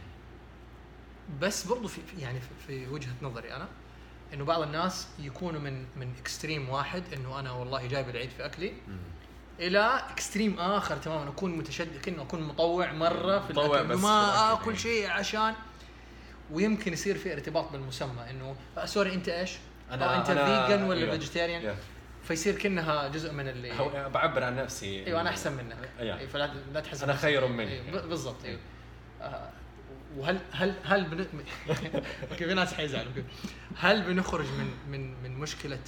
A: بس برضو في يعني في وجهه نظري انا انه بعض الناس يكونوا من من اكستريم واحد، انه انا والله جايب العيد في اكلي،
B: مم.
A: الى اكستريم اخر تماما، اكون متشدد كأنه اكون مطوع مره في
B: مطوع
A: الاكل،
B: بس
A: ما
B: في الأكل.
A: اكل شيء عشان، ويمكن يصير في ارتباط بالمسمى انه سوري انت ايش؟
B: انا
A: أو انت
B: أنا
A: فيجن ولا
B: أيوة.
A: فيجيتيريان؟
B: أيوة.
A: فيصير كأنها جزء من اللي
B: هو بعبر عن نفسي
A: ايوه انا احسن منك،
B: أيوة.
A: أيوة. فلا لا تحس
B: انا خير منك.
A: أيوة. بالضبط. ايوه آه. وهل هل هل بن... اوكي في ناس حيزعلوا كده. هل بنخرج من من من مشكله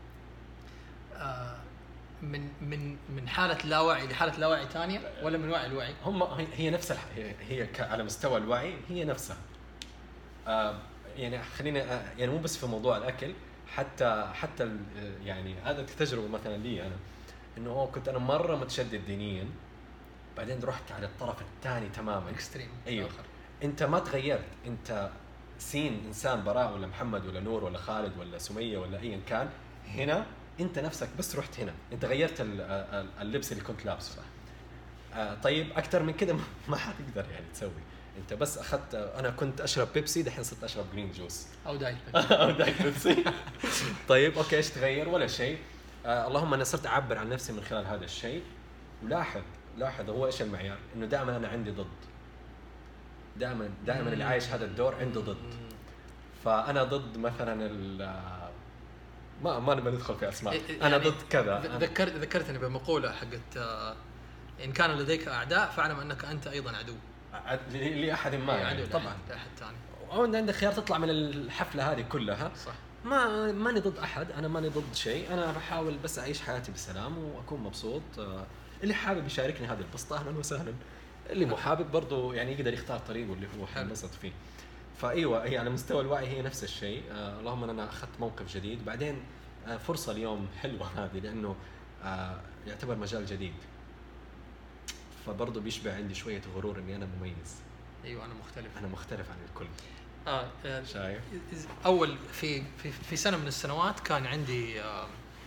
A: آه من من من حاله لا وعي لحاله لا وعي ثانيه، ولا من وعي الوعي؟
B: هم هي نفس الح... هي ك... على مستوى الوعي هي نفسها. آه يعني خلينا آه يعني مو بس في موضوع الاكل، حتى حتى ال... يعني هذا تجربه مثلا لي انا، انه أوه كنت انا مره متشدد دينيا، بعدين رحت على الطرف الثاني تماما
A: اكستريم.
B: ايوه آخر. انت ما تغيرت، انت سين انسان براء ولا محمد ولا نور ولا خالد ولا سميه ولا ايا كان، هنا انت نفسك بس رحت هنا، انت غيرت اللبس اللي كنت لابسه. آه طيب اكثر من كده ما حتقدر يعني تسوي. انت بس اخذت، انا كنت اشرب بيبسي دحين صرت اشرب جرين جوس
A: او دايت
B: او دايت بيبسي. طيب اوكي ايش تغير؟ ولا شيء. آه اللهم انا صرت اعبر عن نفسي من خلال هذا الشيء. ولاحظ لاحظ هو ايش المعيار؟ انه دائما انا عندي ضد، دائما دائما اللي عايش هذا الدور عنده ضد. فانا ضد مثلا ما ما نبي ندخل في اسماء،
A: يعني
B: انا ضد كذا.
A: ذكرت ذكرتني بمقوله حقت آه ان كان لديك اعداء فاعلم انك انت ايضا عدو
B: لاحد ما يعني
A: عدو
B: طبعا
A: لاحد ثاني،
B: او ان عندك خيار تطلع من الحفله هذه كلها.
A: صح.
B: ما ماني ضد احد، انا ماني ضد شيء، انا بحاول بس اعيش حياتي بسلام واكون مبسوط. اللي حابب يشاركني هذه البسطه اهلا وسهلا، اللي مو حابب برضه يعني يقدر يختار طريقه اللي هو حينبسط فيه. فايوه هي على مستوى الوعي هي نفس الشيء. آه اللهم انا اخذت موقف جديد، بعدين آه فرصه اليوم حلوه هذه لانه آه يعتبر مجال جديد، فبرضه بيشبع عندي شويه غرور اني انا مميز.
A: ايوه انا مختلف،
B: انا مختلف عن الكل.
A: اه, آه
B: شايف
A: اول في في في سنه من السنوات كان عندي آه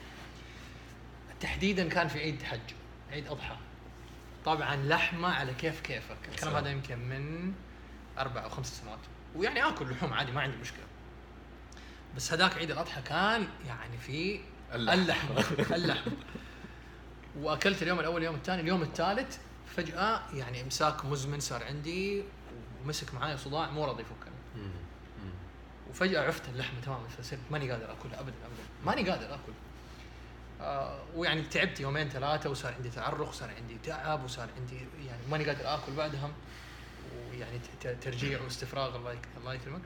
A: تحديدا كان في عيد حج، عيد اضحى، طبعا لحمه على كيف كيفك. الكلام هذا يمكن من اربع او خمس سنوات، ويعني اكل لحوم عادي ما عندي مشكله. بس هذاك عيد الاضحى كان يعني في اللحم اللحم واكلت اليوم الاول، اليوم الثاني، اليوم الثالث فجاه يعني امساك مزمن صار عندي ومسك معايا صداع مو راضي يفكني، وفجاه عفت اللحمه تماما، فصرت ماني قادر اكلها ابدا ابدا ماني قادر اكل. آه ويعني تعبت يومين ثلاثه وصار عندي تعرق وصار عندي تعب وصار عندي يعني ماني قادر اكل بعدها، ويعني ترجيع واستفراغ. الله الله يكرمك.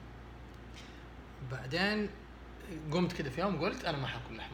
A: بعدين قمت كده في يوم قلت انا ما حاكل لحم.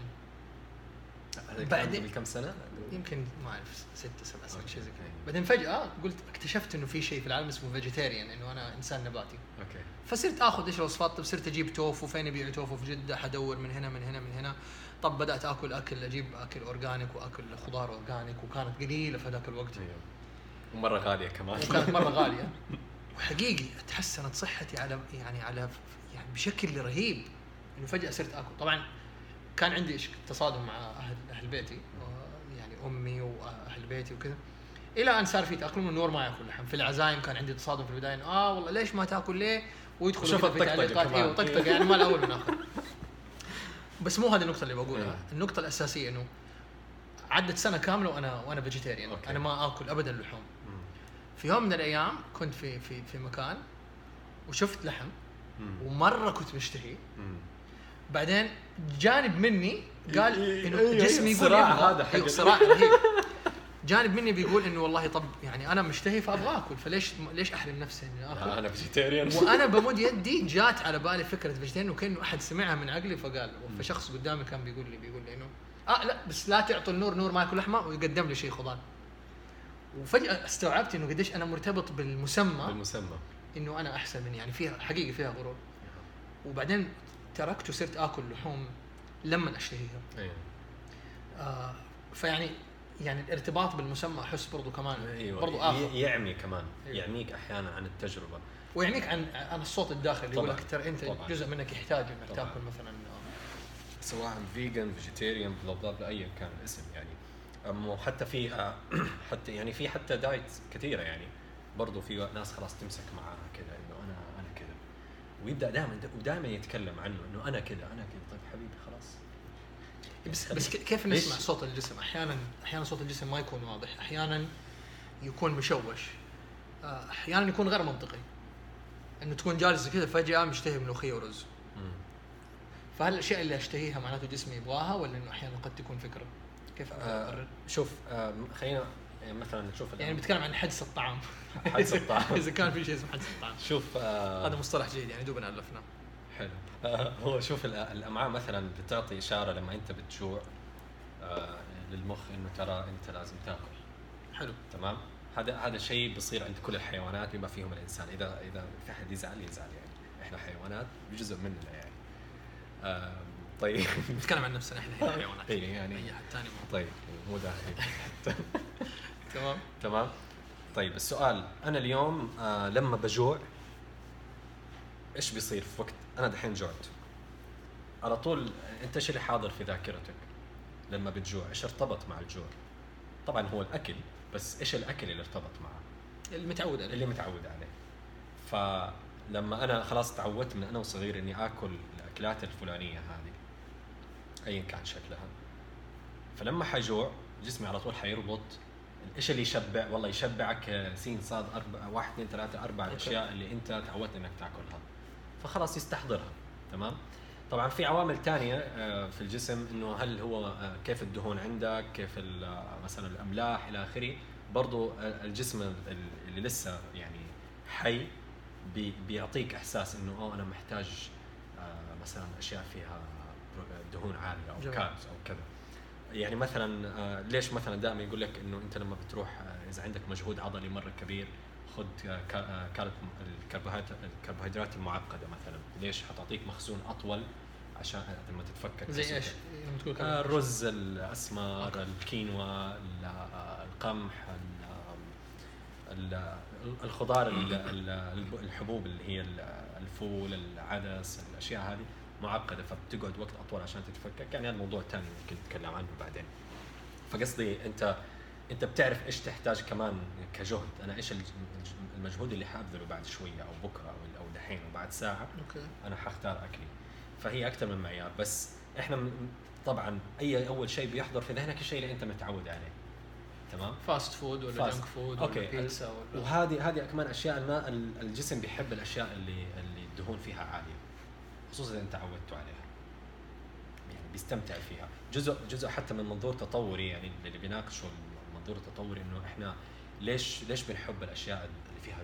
B: بعدين كم سنه
A: يمكن ما اعرف ستة سبع سنين شيء زي كذا. بعدين فجاه قلت اكتشفت انه في شيء في العالم اسمه فيجيتيريان، انه انا انسان نباتي.
B: اوكي.
A: فصرت اخذ ايش الوصفات، صرت اجيب توفو، فين يبيعوا توفو في جده، حدور من هنا من هنا من هنا. طب بدات اكل اكل اجيب اكل اورجانيك واكل خضار اورجانيك، وكانت قليله في ذاك الوقت.
B: أيوه. ومره غاليه كمان.
A: وكانت مره غاليه. وحقيقي تحسنت صحتي على يعني على يعني بشكل رهيب، انه فجاه صرت اكل. طبعا كان عندي تصادم مع اهل اهل بيتي، يعني امي واهل بيتي وكذا، الى ان صار في تاقلم. النور ما ياكل لحم. في العزايم كان عندي تصادم في البدايه، اه والله ليش ما تاكل ليه، ويدخلوا في تعليقات ايوه طقطقه يعني ما الاول من اخر. بس مو هذه النقطه اللي بقولها. النقطه الاساسيه انه عدت سنه كامله وانا وانا فيجيتيريان، انا ما اكل ابدا لحوم. في يوم من الايام كنت في في في مكان وشفت لحم ومره كنت مشتهي. بعدين جانب مني قال انه جسمي يقول
B: هذا
A: ايوه صراحه رهيب. جانب مني بيقول انه والله طب يعني انا مشتهي فابغى اكل، فليش ليش احرم نفسي اني اكل؟
B: انا فيجيتيريان.
A: وانا بمد يدي جات على بالي فكره فيجيتيريان، وكانه احد سمعها من عقلي فقال. فشخص قدامي كان بيقول لي بيقول لي انه اه لا بس لا تعطوا النور، نور ما ياكل لحمه، ويقدم لي شيء خضار. وفجاه استوعبت انه قديش انا مرتبط بالمسمى
B: بالمسمى
A: انه انا احسن من يعني فيها حقيقي فيها غرور. وبعدين تركت وصرت اكل لحوم لما اشتهيها.
B: ايوه.
A: آه فيعني يعني الارتباط بالمسمى احس برضو كمان
B: أيوة.
A: برضو اخر
B: يعمي كمان
A: أيوة.
B: يعميك احيانا عن التجربه
A: ويعنيك عن عن الصوت الداخلي يقول لك ترى انت
B: طبعاً.
A: جزء منك يحتاج انك
B: طبعاً.
A: تاكل مثلا
B: سواء فيجن فيجيتيريان بلا بلا بلا ايا كان الاسم يعني. أم حتى في حتى يعني في حتى دايت كثيره يعني برضو في ناس خلاص تمسك معاها كذا انه انا انا كذا ويبدا دائما ودائما يتكلم عنه انه انا كذا انا كذا. طيب حبيبي خلاص
A: بس بس كيف نسمع صوت الجسم؟ احيانا احيانا صوت الجسم ما يكون واضح، احيانا يكون مشوش، احيانا يكون غير منطقي، انه تكون جالس كذا فجاه مشتهي ملوخيه ورز.
B: مم.
A: فهل الاشياء اللي اشتهيها معناته جسمي يبغاها ولا انه احيانا قد تكون فكره؟ كيف اقرر؟
B: آه شوف آه خلينا مثلا نشوف
A: يعني بتكلم عن حدس الطعام.
B: حدس الطعام
A: اذا كان في شيء اسمه حدس الطعام.
B: شوف آه
A: هذا مصطلح جديد يعني دوبنا الفناه.
B: حلو. آه هو شوف الامعاء مثلا بتعطي اشاره لما انت بتجوع آه للمخ انه ترى انت لازم تاكل.
A: حلو.
B: تمام. هذا هذا شيء بيصير عند كل الحيوانات بما فيهم الانسان. اذا اذا في حد يزعل يزعل يعني احنا حيوانات جزء مننا يعني. آه طيب
A: نتكلم عن نفسنا احنا هنا حيوانات.
B: اي يعني
A: اي حد ثاني
B: طيب مو داخلي.
A: تمام
B: تمام. طيب السؤال انا اليوم آه لما بجوع ايش بيصير في وقت انا دحين جوعت؟ على طول انت ايش اللي حاضر في ذاكرتك لما بتجوع؟ ايش ارتبط مع الجوع؟ طبعا هو الاكل، بس ايش الاكل اللي ارتبط معه؟
A: المتعود عليه.
B: اللي متعود عليه. فلما انا خلاص تعودت من انا وصغير اني اكل الاكلات الفلانيه هذه ايا كان شكلها، فلما حجوع جسمي على طول حيربط ايش اللي يشبع. والله يشبعك سين صاد أربعة واحد اثنين ثلاثة أربعة الأشياء اللي أنت تعودت إنك تأكلها، فخلاص يستحضرها. تمام. طبعا في عوامل تانية في الجسم إنه هل هو كيف الدهون عندك، كيف مثلا الأملاح إلى آخره. برضو الجسم اللي لسه يعني حي بيعطيك إحساس إنه أه أنا محتاج مثلا أشياء فيها دهون عالية أو كاربس أو كذا. يعني مثلا آه ليش مثلا دائما يقول لك انه انت لما بتروح آه اذا عندك مجهود عضلي مره كبير خذ آه الكربوهيدرات الكربوهيدرات المعقده مثلا. ليش؟ حتعطيك مخزون اطول عشان لما تتفكك.
A: زي ايش؟
B: آه الرز الاسمر أوكي. الكينوا القمح الخضار الحبوب اللي هي الفول العدس الاشياء هذه معقده فبتقعد وقت اطول عشان تتفكك. يعني هذا موضوع ثاني ممكن نتكلم عنه بعدين. فقصدي انت انت بتعرف ايش تحتاج كمان كجهد. انا ايش المجهود اللي حابذله بعد شويه او بكره او او دحين او بعد ساعه.
A: أوكي.
B: انا حختار اكلي. فهي اكثر من معيار. بس احنا طبعا اي اول شيء بيحضر في ذهنك الشيء اللي انت متعود عليه. تمام.
A: فاست فود ولا جنك فود
B: أوكي.
A: ولا بيتزا ولا
B: وهذه هذه كمان اشياء ما الجسم بيحب الاشياء اللي اللي الدهون فيها عاليه، خصوصا اذا انت عودته عليها يعني بيستمتع فيها. جزء جزء حتى من منظور تطوري يعني اللي بيناقشوا المنظور التطوري انه احنا ليش ليش بنحب الاشياء اللي فيها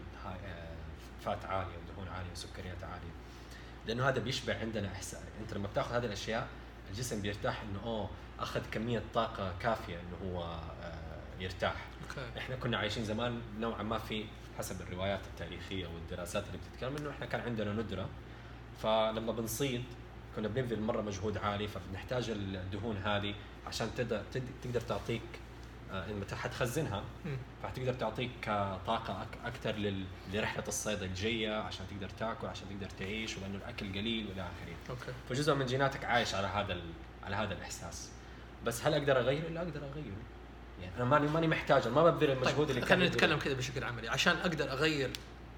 B: فات عاليه ودهون عاليه وسكريات عاليه. لانه هذا بيشبع عندنا احساس. انت لما بتاخذ هذه الاشياء الجسم بيرتاح انه اوه اخذ كميه طاقه كافيه انه هو يرتاح.
A: أوكي.
B: احنا كنا عايشين زمان نوعا ما في حسب الروايات التاريخيه والدراسات اللي بتتكلم انه احنا كان عندنا ندره، فلما بنصيد كنا بنبذل مره مجهود عالي فبنحتاج الدهون هذه عشان تقدر تقدر تعطيك انت حتخزنها فحتقدر تعطيك طاقه اكثر لرحله الصيد الجايه عشان تقدر تاكل عشان تقدر تعيش ولانه الاكل قليل والى اخره.
A: اوكي.
B: فجزء من جيناتك عايش على هذا على هذا الاحساس. بس هل اقدر اغيره؟ لا اقدر اغيره. يعني انا ماني ماني محتاج ما ببذل المجهود
A: طيب
B: اللي
A: خلينا نتكلم كذا بشكل عملي عشان اقدر اغير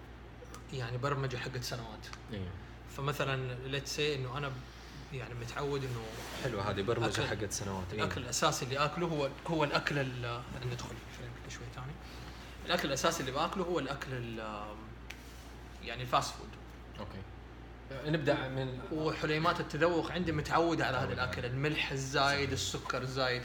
A: يعني برمجه حقت سنوات.
B: إيه.
A: فمثلا ليتس سي انه انا يعني متعود انه
B: حلو هذه برمجه حقت سنوات.
A: الاكل إيه؟ الاساسي اللي اكله هو هو الاكل اللي ندخل شوي شوي ثاني. الاكل الاساسي اللي باكله هو الاكل يعني الفاست فود.
B: اوكي. نبدا من
A: وحليمات التذوق عندي متعوده على هذا الاكل، الملح الزايد السكر الزايد.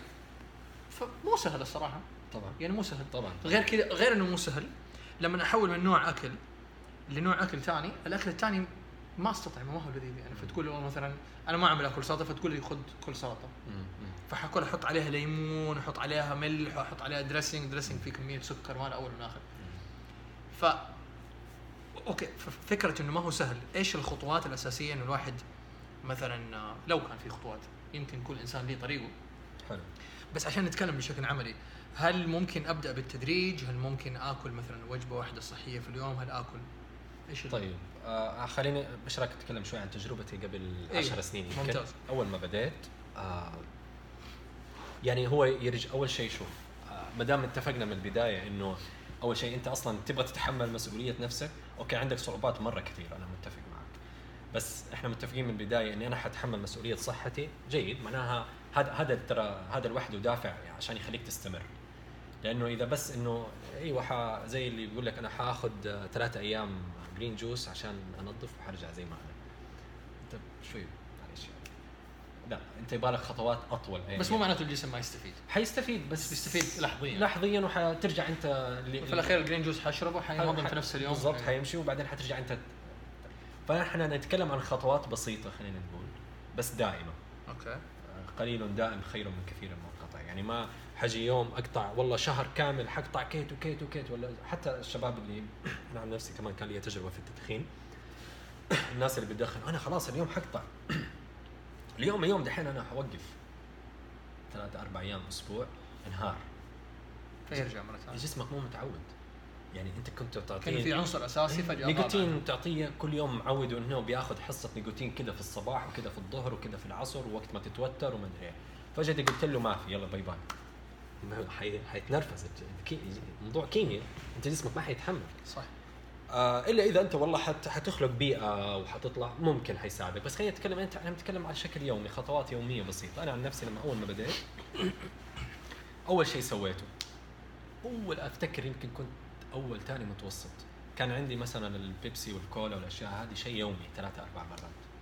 A: فمو سهل الصراحه
B: طبعا.
A: يعني مو سهل
B: طبعا.
A: غير كذا غير انه مو سهل لما احول من نوع اكل لنوع اكل ثاني. الاكل الثاني ما استطعمه ما هو لذيذ يعني. فتقول له مثلا انا ما اعمل اكل سلطه فتقول لي خذ كل سلطه فحاكل احط عليها ليمون احط عليها ملح واحط عليها دريسنج دريسنج في كميه سكر ما له اول من اخر. ف اوكي ف- فكره انه ما هو سهل، ايش الخطوات الاساسيه انه الواحد مثلا آه، لو كان في خطوات، يمكن كل انسان ليه طريقه،
B: حلو.
A: بس عشان نتكلم بشكل عملي، هل ممكن ابدا بالتدريج؟ هل ممكن اكل مثلا وجبه واحده صحيه في اليوم؟ هل اكل ايش ال-
B: طيب آه خليني ايش رايك اتكلم شوي عن تجربتي قبل
A: أيوة.
B: عشر سنين يمكن.
A: ممتاز.
B: اول ما بديت آه يعني هو يرجع اول شيء شوف آه ما دام اتفقنا من البدايه انه اول شيء انت اصلا تبغى تتحمل مسؤوليه نفسك، اوكي عندك صعوبات مره كثير انا متفق معك، بس احنا متفقين من البدايه اني انا حتحمل مسؤوليه صحتي، جيد، معناها هذا هذا ترى هذا لوحده دافع يعني عشان يخليك تستمر. لانه اذا بس انه ايوه ح- زي اللي بيقول لك انا حاخذ ثلاثة ايام جرين جوس عشان انظف وحرجع زي ما انا، انت شوي معلش يعني. لا انت يبغى لك خطوات اطول يعني.
A: بس مو معناته الجسم ما يستفيد،
B: حيستفيد بس
A: بيستفيد لحظيا
B: لحظيا وحترجع انت اللي
A: في الاخير الجرين جوس حشربه حينظم في نفس اليوم
B: بالضبط، حيمشي وبعدين حترجع انت. فاحنا نتكلم عن خطوات بسيطه خلينا نقول بس دائمه.
A: اوكي.
B: قليل دائم خير من كثير منقطع، يعني ما حجي يوم اقطع والله شهر كامل حقطع كيت وكيت وكيت، ولا حتى الشباب اللي انا عن نفسي كمان كان لي تجربه في التدخين، الناس اللي بتدخن انا خلاص اليوم حقطع اليوم يوم دحين انا حوقف ثلاثة أربع ايام اسبوع، انهار
A: فيرجع مره ثانيه.
B: جسمك مو متعود، يعني انت كنت تعطيه
A: كان في عنصر اساسي فجاه
B: نيكوتين تعطيه كل يوم، معوده انه بياخذ حصه نيكوتين كده في الصباح وكده في الظهر وكده في العصر ووقت ما تتوتر وما ادري ايه، فجاه قلت له ما في يلا باي باي، حي... حيتنرفز كي... موضوع كيمياء، انت جسمك ما حيتحمل.
A: صح.
B: آه الا اذا انت والله حت... حتخلق بيئه وحتطلع ممكن حيساعدك، بس خلينا نتكلم انت انا بتكلم على شكل يومي، خطوات يوميه بسيطه. انا عن نفسي لما اول ما بديت اول شيء سويته، اول افتكر يمكن كنت اول ثاني متوسط، كان عندي مثلا البيبسي والكولا والاشياء هذه شيء يومي ثلاثة اربع مرات.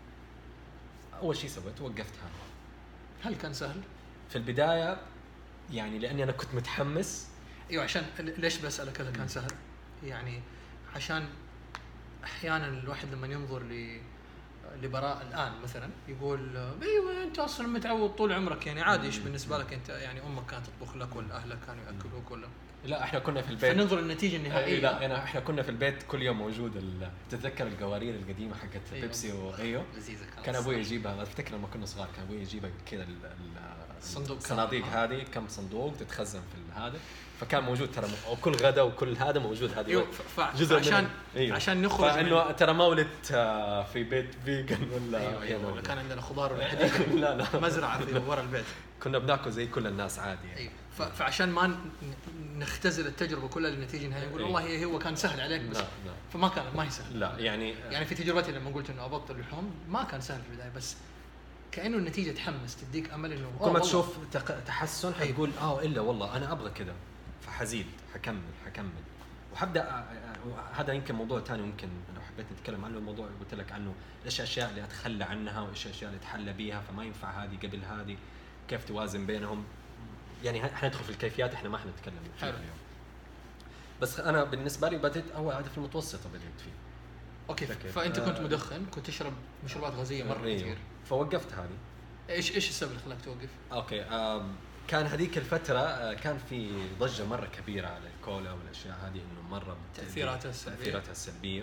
B: اول شيء سويته وقفتها.
A: هل كان سهل؟
B: في البدايه يعني لاني انا كنت متحمس.
A: ايوه عشان ليش بسالك هذا كان سهل؟ يعني عشان احيانا الواحد لما ينظر ل لبراء الان مثلا يقول ايوه انت اصلا متعود طول عمرك يعني عادي، ايش بالنسبه لك انت يعني امك كانت تطبخ لك ولا اهلك كانوا ياكلوك ولا
B: لا احنا كنا في البيت
A: فننظر النتيجه النهائيه.
B: لا انا احنا كنا في البيت كل يوم موجود ال... تتذكر القوارير القديمه حقت
A: أيوة.
B: بيبسي وايوه
A: لذيذه
B: كان ابوي يجيبها، افتكر لما كنا صغار كان ابوي يجيبها كذا ال... ال...
A: الصندوق
B: الصناديق هذه كم صندوق تتخزن في هذا، فكان موجود ترى وكل غدا وكل هذا موجود هذه
A: ايوه
B: جزء
A: عشان
B: أيوه.
A: عشان نخرج
B: فانه ترى ما ولدت في بيت فيجن ولا
A: أيوة أيوة ولا كان عندنا خضار ولا
B: حديقه
A: حديقه
B: لا لا
A: مزرعه في ورا البيت،
B: كنا بناكل زي كل الناس عادي يعني.
A: أيوة. فعشان ما ن- نختزل التجربه كلها للنتيجه النهائيه نقول
B: أيوة.
A: والله هو كان سهل عليك بس
B: لا لا
A: فما كان ما هي سهل.
B: لا يعني
A: يعني في تجربتي لما قلت انه ابطل اللحوم ما كان سهل في البدايه، بس كانه النتيجه تحمس تديك امل انه
B: كل ما تشوف تق- تحسن حتقول اه الا والله انا ابغى كذا، فحزيد حكمل حكمل وحبدا آه، آه، هذا يمكن موضوع ثاني ممكن لو حبيت نتكلم عنه، الموضوع اللي قلت لك عنه ايش الاشياء اللي اتخلى عنها وايش الاشياء اللي اتحلى بيها، فما ينفع هذه قبل هذه، كيف توازن بينهم، يعني ه- حندخل في الكيفيات احنا ما حنتكلم فيها
A: حلو.
B: اليوم. بس انا بالنسبه لي بديت اول هذا في المتوسطه بديت فيه.
A: اوكي
B: فكر.
A: فانت كنت
B: آه.
A: مدخن، كنت تشرب مشروبات غازيه مره
B: أيوه.
A: كثير،
B: فوقفت هذه.
A: ايش ايش السبب اللي خلاك توقف؟
B: اوكي آم، كان هذيك الفترة آه، كان في ضجة مرة كبيرة على الكولا والاشياء هذه انه مرة بت-
A: تأثيراتها السلبية.
B: تأثيراتها السلبية.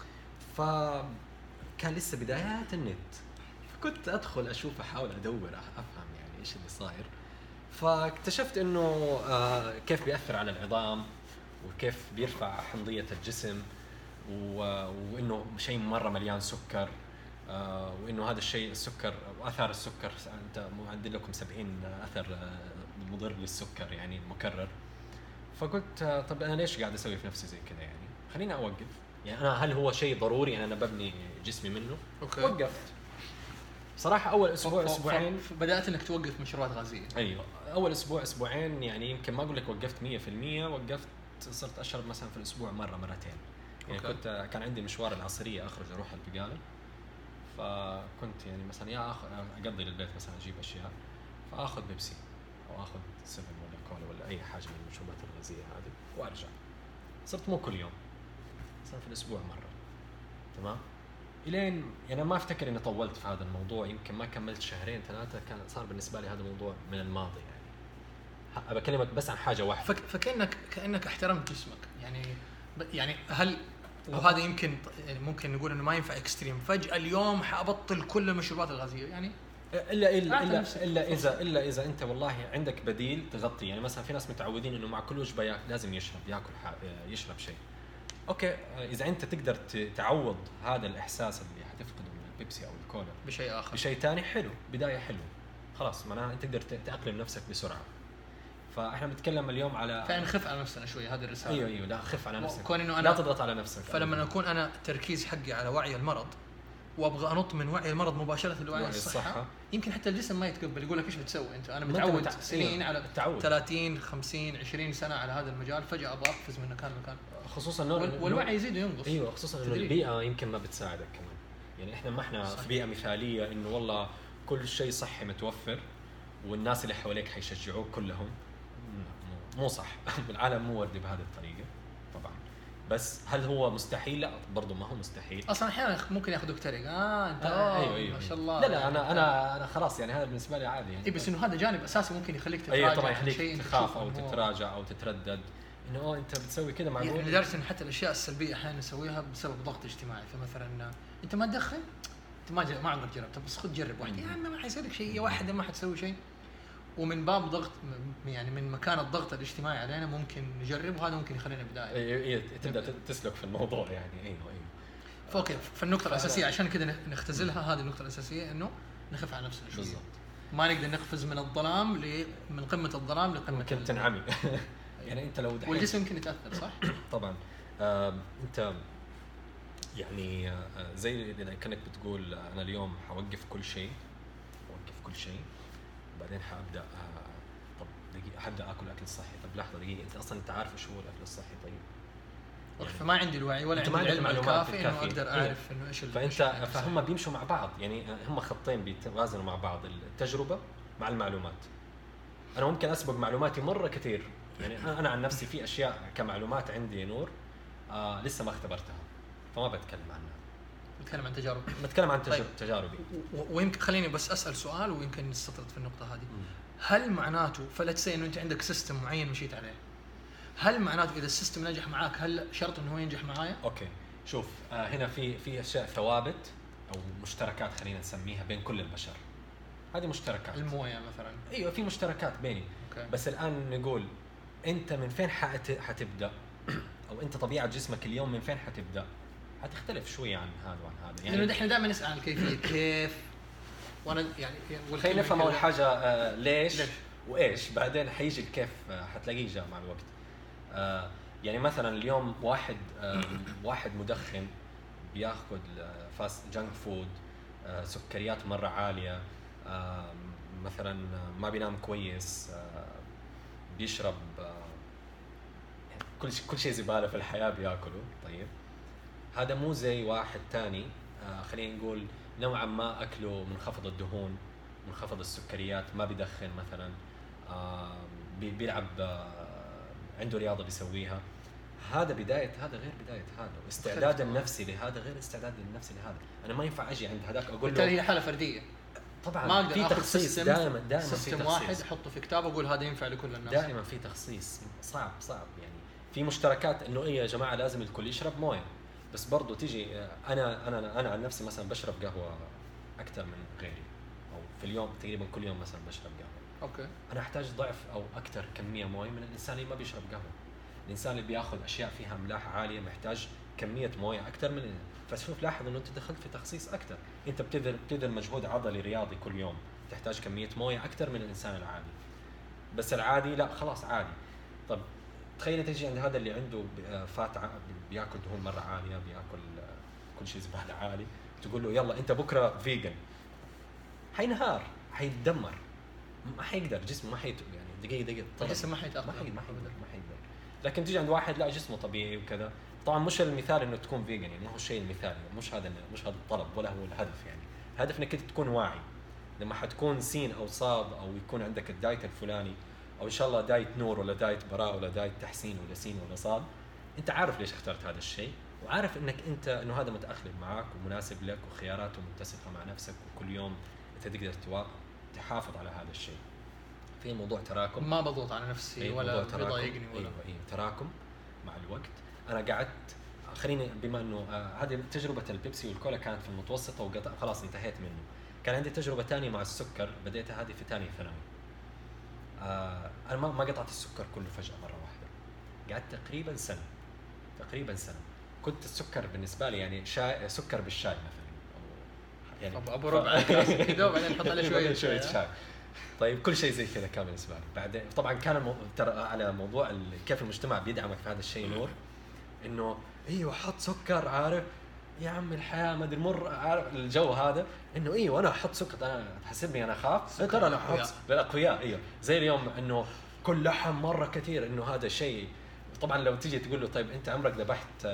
B: فكان لسه بدايات النت، فكنت ادخل اشوف احاول ادور افهم يعني ايش اللي صاير، فاكتشفت انه آه، كيف بيأثر على العظام وكيف بيرفع حمضية الجسم و- وانه شيء مرة مليان سكر. آه وانه هذا الشيء السكر واثار السكر انت معدل لكم سبعين اثر آه، مضر للسكر يعني مكرر. فقلت آه، طب انا ليش قاعد اسوي في نفسي زي كذا، يعني خليني اوقف، يعني انا هل هو شيء ضروري يعني انا ببني جسمي منه؟
A: اوكي.
B: وقفت صراحه اول اسبوع
A: ف- ف-
B: اسبوعين
A: ف- بدات انك توقف مشروبات غازيه.
B: ايوه اول اسبوع اسبوعين يعني يمكن ما اقول لك وقفت مية في المية، وقفت صرت اشرب مثلا في الاسبوع مره مرتين، يعني
A: أوكي.
B: كنت آه، كان عندي مشوار العصريه اخرج اروح البقاله، فكنت يعني مثلا يا اخذ اقضي للبيت مثلا اجيب اشياء فاخذ بيبسي او اخذ سفن ولا كولا ولا اي حاجه من المشروبات الغازيه هذه وارجع. صرت مو كل يوم، صار في الاسبوع مره، تمام. الين يعني ما افتكر اني طولت في هذا الموضوع، يمكن ما كملت شهرين ثلاثه كان صار بالنسبه لي هذا الموضوع من الماضي، يعني ح- بكلمك بس عن حاجه واحده.
A: فك فكانك كانك احترمت جسمك يعني ب- يعني هل وهذا يمكن يعني ممكن نقول انه ما ينفع اكستريم فجأة اليوم حابطل كل المشروبات الغازيه يعني
B: الا الا الا, إلا اذا الا اذا انت والله عندك بديل تغطي. يعني مثلا في ناس متعودين انه مع كل وجبه لازم يشرب ياكل يشرب شيء. اوكي اذا انت تقدر تعوض هذا الاحساس اللي حتفقده من البيبسي او الكولا
A: بشيء اخر
B: بشيء ثاني حلو، بدايه حلوه، خلاص معناها انت تقدر تاقلم نفسك بسرعه. فاحنا بنتكلم اليوم على
A: فعلا نخف على نفسنا شوي، هذه الرساله.
B: ايوه ايوه لا خف على نفسك،
A: كون انه انا
B: لا تضغط على نفسك.
A: فلما اكون انا تركيز حقي على وعي المرض وابغى انط من وعي المرض مباشره لوعي الصحة, الصحه يمكن حتى الجسم ما يتقبل، يقول لك ايش بتسوي انت؟ انا متعود متع... سنين على
B: التعود.
A: ثلاثين خمسين عشرين سنه على هذا المجال، فجاه ابغى اقفز من مكان لمكان،
B: خصوصا انه
A: وال... والوعي يزيد وينقص.
B: ايوه خصوصا انه البيئه يمكن ما بتساعدك كمان. يعني احنا ما احنا صحيح. في بيئه مثاليه انه والله كل شيء صحي متوفر والناس اللي حواليك حيشجعوك كلهم، مو صح. العالم مو وردي بهذه الطريقه طبعا، بس هل هو مستحيل؟ لا برضه ما هو مستحيل.
A: اصلا احيانا ممكن ياخذوك تريق اه انت
B: آه أيوة أيوة
A: ما شاء الله.
B: لا لا انا انا انا خلاص يعني هذا بالنسبه لي عادي يعني.
A: اي بس انه هذا جانب اساسي ممكن يخليك تتراجع.
B: ايوه طبعا يخليك تخاف او تتراجع او تتردد انه اه انت بتسوي كذا معقول.
A: يعني لدرجه انه حتى الاشياء السلبيه احيانا نسويها بسبب ضغط اجتماعي. فمثلا انت ما تدخن، انت ما جر... ما عمرك جربت، بس خذ جرب واحد يا عمي ما حيصير لك شيء، واحده ما حتسوي شيء. ومن باب ضغط يعني من مكان الضغط الاجتماعي علينا ممكن نجرب، وهذا ممكن يخلينا بدايه.
B: اي تبدا تسلك في الموضوع يعني. ايوه ايوه
A: فاوكي. فالنقطه الاساسيه عشان كذا نختزلها، هذه النقطه الاساسيه انه نخف على نفسنا شويه. ما نقدر نقفز من الظلام ل من قمه الظلام لقمه
B: ممكن تنعمي. يعني انت لو
A: والجسم يمكن يتاثر صح.
B: طبعا آه انت يعني آه زي اذا كانك بتقول انا اليوم حوقف كل شيء، اوقف كل شيء بعدين حابدا آه طب دقيقه حابدا اكل اكل صحي. طب لحظه دقيقه، انت اصلا انت عارف ايش هو الاكل الصحي؟ طيب
A: يعني فما عندي الوعي ولا عندي العلم الكافي انه اقدر اعرف انه ايش.
B: فانت فهم بيمشوا مع بعض، يعني هم خطين بيتوازنوا مع بعض، التجربه مع المعلومات. انا ممكن اسبق معلوماتي مره كثير، يعني انا عن نفسي في اشياء كمعلومات عندي نور آه لسه ما اختبرتها فما بتكلم عنها،
A: بتكلم عن تجارب
B: بتكلم عن تجارب
A: طيب.
B: تجاربي.
A: ويمكن خليني بس اسال سؤال ويمكن نستطرد في النقطه هذه. م. هل معناته فلتسي انه انت عندك سيستم معين مشيت عليه، هل معناته اذا السيستم نجح معاك هل شرط انه هو ينجح معايا؟
B: اوكي شوف آه هنا في في اشياء ثوابت او مشتركات خلينا نسميها بين كل البشر. هذه مشتركات.
A: المويه مثلا.
B: ايوه في مشتركات بيني. أوكي. بس الان نقول انت من فين حتبدا او انت طبيعه جسمك اليوم من فين حتبدا، حتختلف شويه عن هذا وعن هذا.
A: يعني احنا دائما نسال عن الكيفيه كيف، وانا يعني
B: خلينا نفهم اول حاجه آه ليش, ليش وايش، بعدين حيجي الكيف آه حتلاقيه جاء مع الوقت. آه يعني مثلا اليوم واحد آه واحد مدخن بياخذ فاست جانك فود، آه سكريات مره عاليه، آه مثلا ما بينام كويس، آه بيشرب آه كل شيء كل شيء زباله في الحياه بياكله. طيب هذا مو زي واحد تاني آه خلينا نقول نوعا ما اكله منخفض الدهون منخفض السكريات، ما بيدخن مثلا، آه بيلعب آه عنده رياضه بيسويها. هذا بدايه هذا غير بدايه هذا، واستعداد النفسي لهذا غير استعداد النفسي لهذا. انا ما ينفع اجي عند هذاك اقول له
A: بالتالي هي حاله فرديه
B: طبعا.
A: ما
B: في تخصيص دائما دائما في
A: تخصيص واحد احطه في كتاب واقول هذا ينفع لكل الناس.
B: دائما في تخصيص صعب صعب يعني. في مشتركات انه ايه يا جماعه لازم الكل يشرب مويه، بس برضو تيجي انا انا انا عن نفسي مثلا بشرب قهوه اكثر من غيري، او في اليوم تقريبا كل يوم مثلا بشرب قهوه.
A: اوكي
B: انا احتاج ضعف او اكثر كميه مويه من الانسان اللي ما بيشرب قهوه. الانسان اللي بياخذ اشياء فيها املاح عاليه محتاج كميه مويه اكثر من. فشوف لاحظ انه انت دخلت في تخصيص اكثر، انت بتبذل بتبذل مجهود عضلي رياضي كل يوم، تحتاج كميه مويه اكثر من الانسان العادي. بس العادي لا خلاص عادي. طب تخيل تيجي عند هذا اللي عنده فات بياكل دهون مره عاليه، بياكل كل شيء زباله عالي، تقول له يلا انت بكره فيجن، حينهار حيتدمر، ما حيقدر جسمه ما حي يعني دقيقه دقيقه
A: طبعا جسمه ما حيتاقلم،
B: ما حيقدر ما حيقدر. لكن تيجي عند واحد لا جسمه طبيعي وكذا. طبعا مش المثال انه تكون فيجن، يعني هو الشيء المثالي، مش هذا مش هذا الطلب ولا هو الهدف. يعني الهدف انك انت تكون واعي لما حتكون سين او صاد او يكون عندك الدايت الفلاني، او ان شاء الله دايت نور ولا دايت براء ولا دايت تحسين ولا سين ولا صاد، انت عارف ليش اخترت هذا الشيء، وعارف انك انت انه هذا متاخلم معك ومناسب لك وخياراته متسقه مع نفسك، وكل يوم انت تقدر تحافظ على هذا الشيء. في موضوع تراكم،
A: ما بضغط على نفسي ولا بضايقني ولا
B: ايوه ايوه تراكم مع الوقت. انا قعدت خليني بما انه آه هذه تجربه البيبسي والكولا كانت في المتوسطه وقطع خلاص انتهيت منه. كان عندي تجربه ثانيه مع السكر بديتها هذه في ثانيه ثانوي. آه انا ما ما قطعت السكر كله فجاه مره واحده، قعدت تقريبا سنه تقريبا سنه. كنت السكر بالنسبه لي يعني شاي، سكر بالشاي مثلا،
A: يعني ابو ربع كده وبعدين نحط عليه شويه
B: شويه شاي. طيب كل شيء زي كذا كان بالنسبه لي. بعدين طبعا كان المو... ترى على موضوع ال... كيف المجتمع بيدعمك في هذا الشيء نور، انه ايوه حط سكر، عارف يا عم الحياه ما ادري مر، عارف الجو هذا انه ايوه انا احط سكر، انا تحسبني انا اخاف ترى انا احط للاقوياء. ايوه زي اليوم انه كل لحم مره كثير، انه هذا شيء. طبعا لو تيجي تقول له طيب انت عمرك ذبحت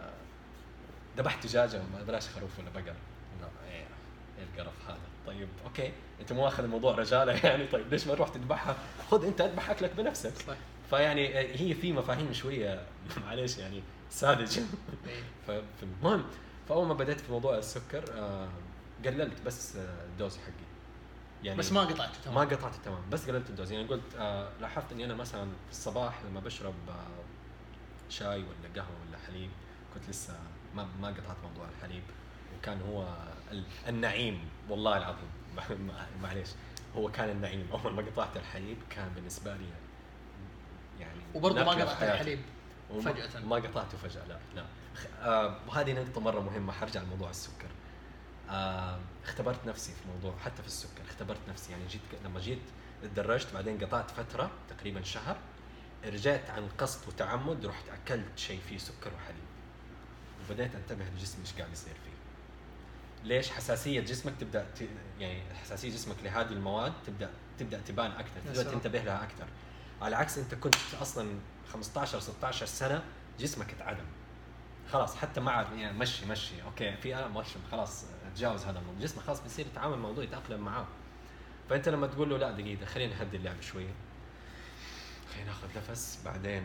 B: ذبحت دجاجه بلاش خروف ولا بقر؟ لا ايه القرف هذا. طيب اوكي انت مو اخذ الموضوع رجاله يعني، طيب ليش ما تروح تذبحها؟ خذ انت اذبح اكلك بنفسك. صح. فيعني هي في مفاهيم شويه معليش يعني ساذجه. فالمهم فاول ما بدأت في موضوع السكر آه قللت بس الدوز حقي
A: يعني، بس ما قطعته
B: تمام. ما قطعته تمام بس قللت الدوز. يعني قلت آه لاحظت اني انا مثلا في الصباح لما بشرب آه شاي ولا قهوه ولا حليب، كنت لسه ما ما قطعت موضوع الحليب، وكان هو النعيم والله العظيم معليش هو كان النعيم. اول ما قطعت الحليب كان بالنسبه لي يعني،
A: وبرضه ما قطعت الحليب فجأة.
B: ما قطعته فجأة لا لا. آه وهذه نقطة مرة مهمة. حرجع لموضوع السكر. آه اختبرت نفسي في موضوع حتى في السكر، اختبرت نفسي يعني. جيت لما جيت اتدرجت بعدين قطعت فترة تقريبا شهر، رجعت عن قصد وتعمد رحت أكلت شيء فيه سكر وحليب، وبدأت أنتبه لجسمي إيش قاعد يصير فيه. ليش؟ حساسية جسمك تبدأ ت... يعني حساسية جسمك لهذه المواد تبدأ تبدأ تبان أكثر، تبدأ تنتبه لها أكثر. على عكس أنت كنت أصلاً خمسة عشر ستة عشر سنة جسمك اتعدم خلاص، حتى مع يعني مشي مشي أوكي في ألم مشي خلاص تجاوز هذا الموضوع، جسمك خلاص بيصير يتعامل مع الموضوع يتأقلم معاه. فأنت لما تقول له لا دقيقة خلينا نهدي اللعب شوية، خلينا ناخذ نفس، بعدين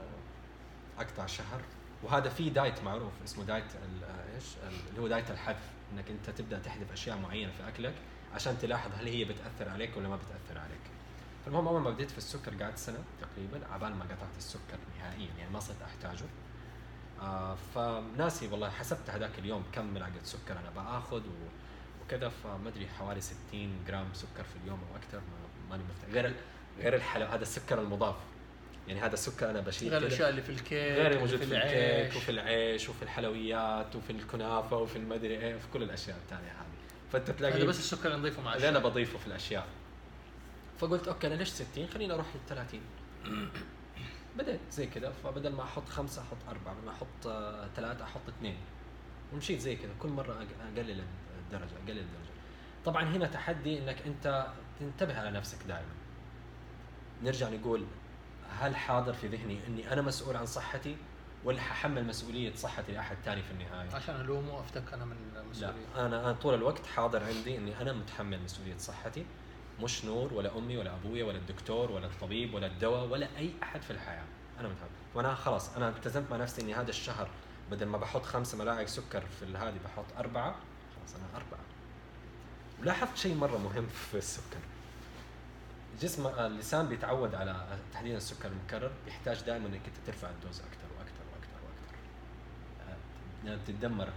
B: أقطع شهر. وهذا في دايت معروف اسمه دايت ايش اللي هو دايت الحذف، انك انت تبدا تحذف اشياء معينه في اكلك عشان تلاحظ هل هي بتاثر عليك ولا ما بتاثر عليك. فالمهم اول ما بديت في السكر قعدت سنه تقريبا عبال ما قطعت السكر نهائيا، يعني ما صرت احتاجه. آه فناسي والله حسبت هذاك اليوم كم ملعقه سكر انا باخذ وكذا، فما ادري حوالي ستين جرام سكر في اليوم او اكثر، ماني مفتكر. غير غير الحلو هذا السكر المضاف، يعني هذا السكر انا بشيل
A: غير الاشياء اللي في الكيك،
B: غير موجود في, في الكيك وفي العيش وفي الحلويات وفي الكنافه وفي المدري ايه وفي كل الاشياء الثانيه هذه. فانت تلاقي
A: هذا بس السكر اللي نضيفه مع
B: اللي انا بضيفه في الاشياء. فقلت اوكي انا ليش ستين، خلينا اروح ل ثلاثين. بدأت زي كذا، فبدل ما احط خمسة احط أربعة، بدل ما احط آه ثلاثة احط اثنين، ومشيت زي كذا كل مره اقلل الدرجه اقلل الدرجه. طبعا هنا تحدي انك انت تنتبه على نفسك دائما. نرجع نقول هل حاضر في ذهني اني انا مسؤول عن صحتي ولا ححمل مسؤوليه صحتي لاحد ثاني في النهايه؟
A: عشان الومه وافتك انا من المسؤوليه.
B: لا انا طول الوقت حاضر عندي اني انا متحمل مسؤوليه صحتي، مش نور ولا امي ولا ابويا ولا الدكتور ولا الطبيب ولا الدواء ولا اي احد في الحياه. انا متحمل، وانا خلاص انا التزمت مع نفسي اني هذا الشهر بدل ما بحط خمسة ملاعق سكر في هذه بحط أربعة، خلاص انا أربعة. ولاحظت شيء مره مهم في السكر، جسم اللسان بيتعود على تحديدا السكر المكرر، بيحتاج دائما انك انت ترفع الدوز اكثر واكثر واكثر واكثر. أه تتدمر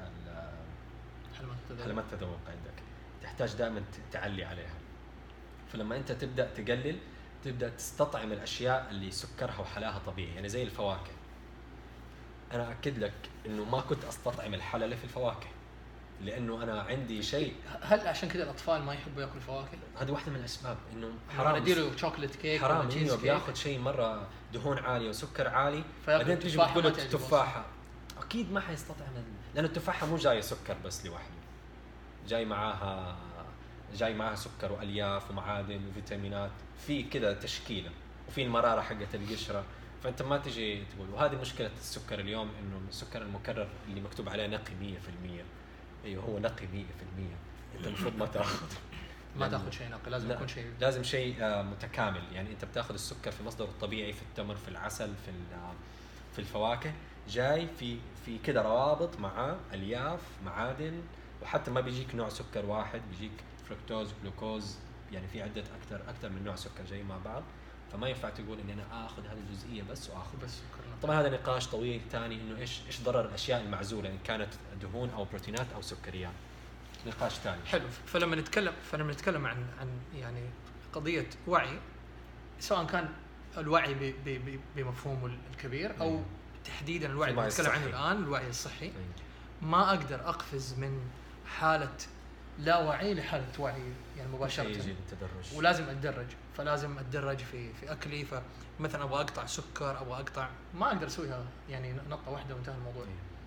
B: حلمات التذوق عندك، تحتاج دائما تعلي عليها. فلما انت تبدا تقلل تبدا تستطعم الاشياء اللي سكرها وحلاها طبيعي، يعني زي الفواكه. انا اكد لك انه ما كنت استطعم الحلا في الفواكه لانه انا عندي شيء.
A: هل عشان كذا الاطفال ما يحبوا ياكلوا فواكه؟
B: هذه واحده من الاسباب، انه
A: حرام نديله شوكليت كيك
B: حرام انه بياخذ شيء مره دهون عاليه وسكر عالي، بعدين تيجي تقول له تفاحه اكيد ما حيستطعم، لانه التفاحه مو جايه سكر بس لوحده، جاي معاها جاي معاها سكر والياف ومعادن وفيتامينات في كذا تشكيله، وفي المراره حقت القشره. فانت ما تجي تقول. وهذه مشكله السكر اليوم، انه السكر المكرر اللي مكتوب عليه نقي مية بالمية، ايوه هو نقي مية بالمية، انت المفروض ما تاخذ
A: ما تاخذ شيء نقي، لازم يكون شيء
B: لازم شيء متكامل. يعني انت بتاخذ السكر في مصدره الطبيعي، في التمر، في العسل، في في الفواكه، جاي في في كده روابط مع الياف معادن، وحتى ما بيجيك نوع سكر واحد، بيجيك فركتوز جلوكوز، يعني في عده اكثر اكثر من نوع سكر جاي مع بعض. فما ينفع تقول اني انا اخذ هذه الجزئيه بس واخذ
A: بس سكر.
B: طبعا هذا نقاش طويل ثاني انه ايش ايش ضرر الاشياء المعزوله ان كانت دهون او بروتينات او سكريات، نقاش ثاني.
A: حلو. فلما نتكلم فلما نتكلم عن عن يعني قضيه وعي، سواء كان الوعي ب- ب- بمفهومه الكبير او
B: مم.
A: تحديدا الوعي اللي
B: الوعي
A: نتكلم عنه
B: الصحي.
A: الان، الوعي الصحي،
B: أي.
A: ما اقدر اقفز من حاله لا وعي لحاله وعي يعني مباشره،
B: يجي التدرج
A: ولازم اتدرج. فلازم اتدرج في في اكلي. فمثلا ابغى اقطع سكر، ابغى اقطع، ما اقدر اسويها يعني نقطه واحده وانتهى الموضوع.
B: أي.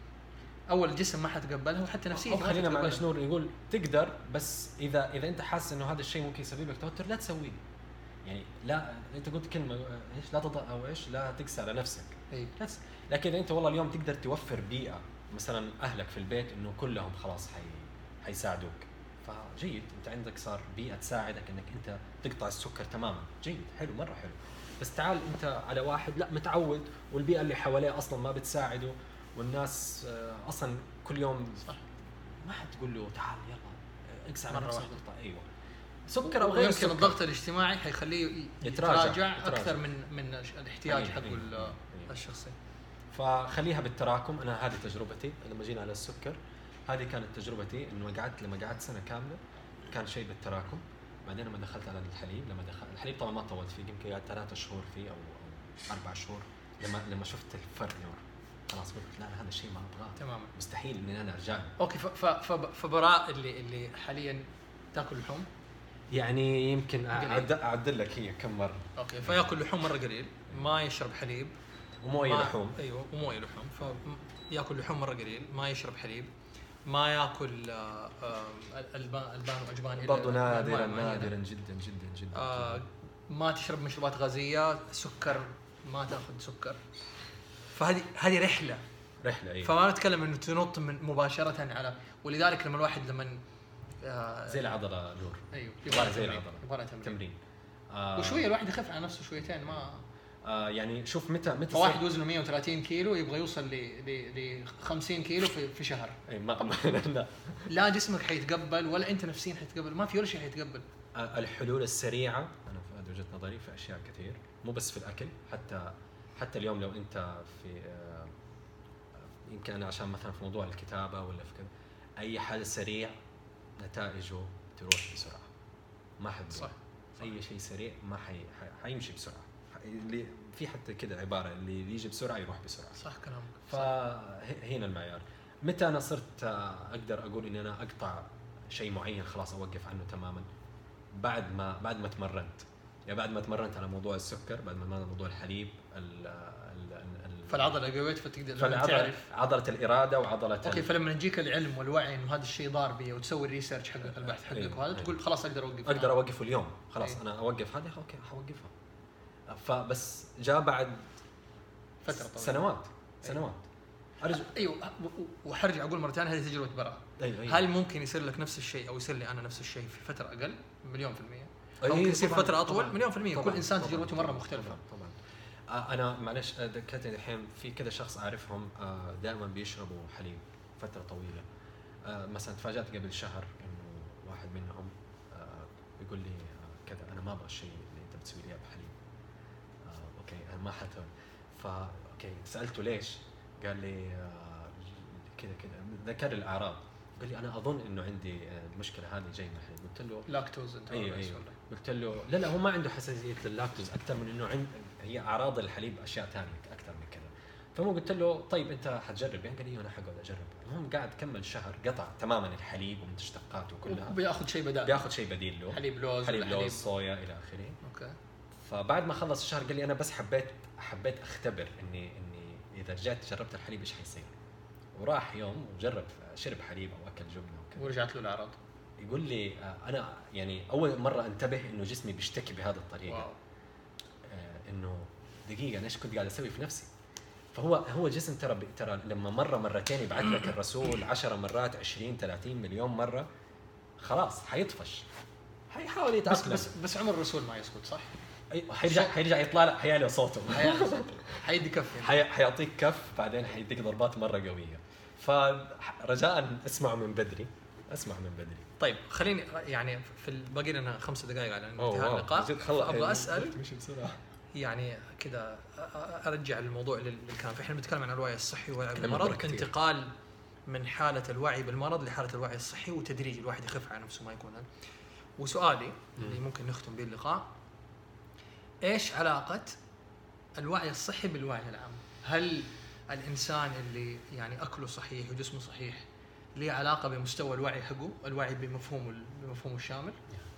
A: اول الجسم ما حتقبلها، وحتى نفسيتي
B: أو
A: ما
B: خلينا
A: حتقبلها.
B: معلش نور نقول تقدر، بس اذا اذا انت حاسس انه هذا الشيء ممكن يسبب لك توتر لا تسويه. يعني لا، انت قلت كلمه ايش، لا تضع او ايش، لا تقسى على نفسك.
A: اي
B: لا تس... لكن اذا انت والله اليوم تقدر توفر بيئه مثلا اهلك في البيت انه كلهم خلاص حي... حيساعدوك، فجيد. انت عندك صار بيئه تساعدك انك انت تقطع السكر تماما، جيد، حلو، مره حلو. بس تعال انت على واحد لا متعود والبيئه اللي حواليه اصلا ما بتساعده، والناس آه، اصلا كل يوم
A: صح.
B: ما حتقول له تعال يلا اقسى على
A: مرة
B: نفسك
A: واحدة.
B: اقطع. ايوه سكر او غير
A: يمكن
B: سكر.
A: الضغط الاجتماعي حيخليه
B: يتراجع.
A: يتراجع,
B: يتراجع.
A: اكثر من من الاحتياج
B: أي-
A: حقه
B: أي-
A: ال-
B: أي.
A: الشخصي.
B: فخليها بالتراكم. انا هذه تجربتي لما جينا على السكر، هذه كانت تجربتي انه قعدت لما قعدت سنه كامله كان شيء بالتراكم. بعدين لما دخلت على الحليب، لما دخلت الحليب طبعا ما طولت فيه، يمكن قعدت ثلاثة شهور فيه او او اربع شهور. لما لما شفت الفرق نور خلاص قلت لا هذا الشيء ما ابغاه
A: تماما.
B: مستحيل اني انا ارجع له.
A: اوكي. ف- ف- ف- فبراء اللي اللي حاليا تاكل لحوم،
B: يعني يمكن
A: قليل.
B: أعد- اعدل لك هي كم مره.
A: اوكي، فياكل لحوم مره قليل، ما يشرب حليب،
B: ومويه
A: ما-
B: لحوم.
A: ايوه ومويه لحوم. فياكل لحوم مره قليل، ما يشرب حليب، ما ياكل آه، آه، البان البان واجبان إلا
B: برضه نادرا
A: أنواع معينة.
B: نادرا جدا جدا جدا.
A: آه، ما تشرب مشروبات غازيه، سكر ما تاخذ سكر. فهذه هذه رحله.
B: رحله ايه.
A: فما نتكلم انه تنط من مباشره على، ولذلك لما الواحد لما آه
B: زي العضله نور.
A: ايوه
B: يبغى
A: يبغى
B: زي
A: تمرين،
B: العضله
A: يبغى تمرين,
B: تمرين. آه
A: وشويه الواحد يخف على نفسه شويتين. ما
B: آه يعني شوف متى متى
A: فواحد وزنه مية وثلاثين كيلو يبغى يوصل ل ل ل خمسين كيلو في في شهر،
B: اي ما لا.
A: لا جسمك حيتقبل ولا انت نفسيا حتقبل، ما في ولا شيء حيتقبل.
B: آه الحلول السريعه انا في هذه وجهه نظري في اشياء كثير، مو بس في الاكل، حتى حتى اليوم لو انت في آه يمكن انا عشان مثلا في موضوع الكتابه ولا في كذا، اي حل سريع نتائجه تروح بسرعه، ما حد
A: صح.
B: اي شيء سريع ما حي... حي... حيمشي بسرعه. اللي في حتى كده عباره اللي يجي بسرعه يروح بسرعه.
A: صح كلامك.
B: فهنا المعيار. متى انا صرت اقدر اقول اني انا اقطع شيء معين خلاص اوقف عنه تماما؟ بعد ما بعد ما تمرنت، يعني بعد ما تمرنت على موضوع السكر، بعد ما تمرنت على موضوع الحليب، ال ال ال
A: فالعضله قويت فتقدر لما
B: فالعضلة
A: تعرف.
B: عضله الاراده وعضله
A: اوكي، فلما يجيك العلم والوعي انه هذا الشيء ضار بي وتسوي الريسيرش حقك، البحث حقك،
B: أيوه.
A: وهذا
B: أيوه.
A: تقول خلاص اقدر اوقف.
B: اقدر اوقفه اليوم خلاص.
A: أيوه.
B: انا اوقف هذه اوكي حوقفها. فبس جاء بعد
A: فتره طويله،
B: سنوات سنوات ارجع.
A: ايوه. وحرجع اقول مره ثانيه، هذه تجربه براءه.
B: أيوه. أيوه.
A: هل ممكن يصير لك نفس الشيء او يصير لي انا نفس الشيء في فتره اقل؟ مليون في المية. او
B: أيوه
A: ممكن يصير
B: طبعاً.
A: فتره اطول؟
B: طبعاً.
A: مليون في المية.
B: طبعاً.
A: كل انسان
B: طبعاً.
A: تجربته مره
B: طبعاً.
A: مختلفه.
B: طبعا. آه انا معلش ذكرتني الحين في كذا شخص اعرفهم آه دائما بيشربوا حليب فتره طويله. آه مثلا تفاجات قبل شهر انه واحد منهم آه بيقول لي آه كذا انا ما ابغى الشيء اللي انت بتسوي لي بحليب. آه اوكي انا ما حتى فا اوكي سالته ليش؟ قال لي آه كذا كذا، ذكر الاعراض. قال لي انا اظن انه عندي المشكله هذه جاي من الحليب. قلت له
A: لاكتوز انت
B: أيوه أيوه. قلت له لا لا هو ما عنده حساسيه للاكتوز، اكثر من انه عند هي اعراض الحليب اشياء ثانيه اكثر من كذا. فمو قلت له طيب انت حتجرب؟ يعني قال لي انا حقعد اجرب. المهم قاعد كمل شهر قطع تماما الحليب ومشتقاته كلها،
A: بياخذ شيء بدال،
B: بياخذ شيء بديل له،
A: حليب لوز
B: حليب
A: ولا
B: لوز
A: حليب
B: صويا الى اخره.
A: اوكي.
B: فبعد ما خلص الشهر قال لي انا بس حبيت حبيت اختبر اني اني اذا رجعت جربت الحليب ايش حيصير. وراح يوم وجرب شرب حليب او اكل جبنه وكذا،
A: ورجعت له الاعراض.
B: يقول لي انا يعني اول مره انتبه انه جسمي بيشتكي بهذه الطريقه.
A: واو.
B: آه انه دقيقه انا ايش كنت قاعد اسوي في نفسي. فهو هو جسم ترى ترى لما مره مرتين يبعث لك الرسول عشر مرات عشرين ثلاثين مليون مره خلاص حيطفش، حيحاول
A: بس
B: يتاقلم.
A: بس بس عمر الرسول ما يسكت صح؟
B: أي- حيرجع حيرجع يطلع لك حيعلى صوته.
A: حيدي كف يعني.
B: حي... حيعطيك كف بعدين حيديك ضربات مره قويه. فرجاء اسمعوا من بدري، اسمع من بدري.
A: طيب خليني يعني في باقي لنا خمس دقائق على
B: أوه
A: انتهاء
B: واو.
A: اللقاء.
B: جد خلص.
A: ابغى اسال
B: مش بسرعه.
A: يعني كذا ارجع الموضوع للكلام. فاحنا بنتكلم عن الوعي الصحي والوعي
B: كلام مرة
A: بالمرض،
B: كتير.
A: انتقال من حالة الوعي بالمرض لحالة الوعي الصحي، وتدريج الواحد يخف على نفسه ما يكون. وسؤالي اللي ممكن نختم به اللقاء، ايش علاقة الوعي الصحي بالوعي العام؟ هل الانسان اللي يعني اكله صحيح وجسمه صحيح ليه علاقة بمستوى الوعي حقه، الوعي بمفهومه بمفهومه الشامل؟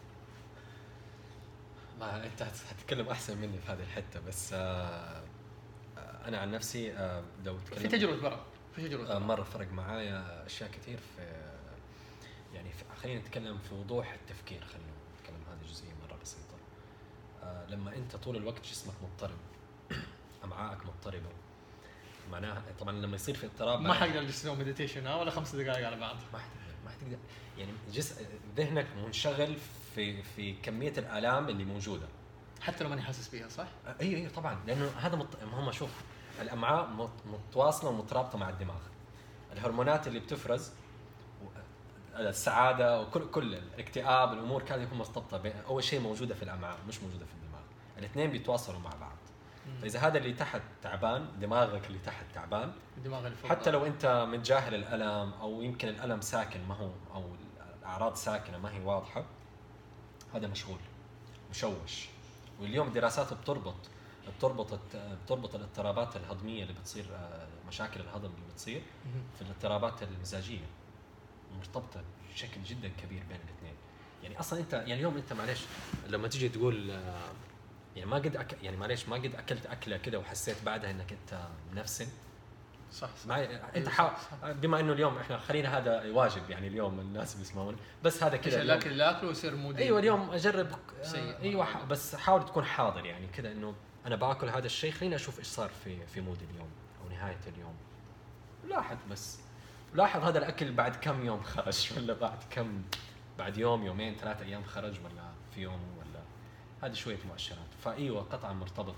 B: ما انت هتتكلم احسن مني في هذه الحته، بس آه انا عن نفسي آه لو تكلم
A: في تجربة برا في تجربة
B: آه مره فرق معايا اشياء كثير في يعني في خلينا نتكلم في وضوح التفكير. خلينا نتكلم هذه جزئيه مره بسيطه. آه لما انت طول الوقت جسمك مضطرب، امعائك مضطربه، معناها طبعا لما يصير في اضطراب
A: ما حقدر نسوي مديتيشن ولا خمس دقائق على بعض.
B: ما حتقدر ما حتقدر يعني جس ذهنك منشغل في في كميه الالام اللي موجوده،
A: حتى لو ماني حاسس بيها. صح؟
B: ايوه ايوه طبعا، لانه هذا مط... هم شوف الامعاء مت... متواصله ومترابطه مع الدماغ. الهرمونات اللي بتفرز السعاده وكل كل الاكتئاب الامور كانت يكون مرتبطه ب... اول شيء موجوده في الامعاء مش موجوده في الدماغ. الاثنين بيتواصلوا مع بعض. فاذا هذا اللي تحت تعبان، دماغك اللي تحت تعبان،
A: الدماغ اللي فوق
B: حتى لو انت متجاهل الالم او يمكن الالم ساكن ما هو او الاعراض ساكنه ما هي واضحه، هذا مشغول مشوش. واليوم الدراسات بتربط بتربط بتربط الاضطرابات الهضميه اللي بتصير، مشاكل الهضم اللي بتصير في الاضطرابات المزاجيه، مرتبطه بشكل جدا كبير بين الاثنين. يعني اصلا انت يعني اليوم انت معلش لما تيجي تقول يعني ما قد أك... يعني معلش ما قد اكلت اكله كده وحسيت بعدها انك انت منفسن.
A: صح, صح.
B: مع... انت حا... بما انه اليوم احنا خلينا هذا واجب يعني اليوم الناس بيسمعون، بس هذا كذا
A: الاكل اللي اكله يصير مودي.
B: ايوه اليوم اجرب
A: سيء.
B: ايوه ح... بس حاول تكون حاضر يعني كذا انه انا باكل هذا الشيء، خليني اشوف ايش صار في في مودي اليوم او نهايه اليوم. لاحظ بس لاحظ هذا الاكل بعد كم يوم خرج، ولا بعد كم بعد يوم يومين ثلاثة ايام خرج، ولا في يوم، ولا هذه شويه مؤشرات. فايوه قطعا مرتبط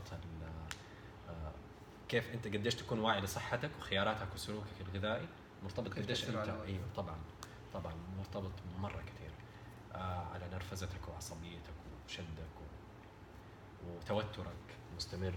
B: كيف انت قديش تكون واعي لصحتك وخياراتك وسلوكك الغذائي، مرتبط قديش انت ايوه طبعا طبعا مرتبط مره كثير آه على نرفزتك وعصبيتك وشدك و... وتوترك مستمر.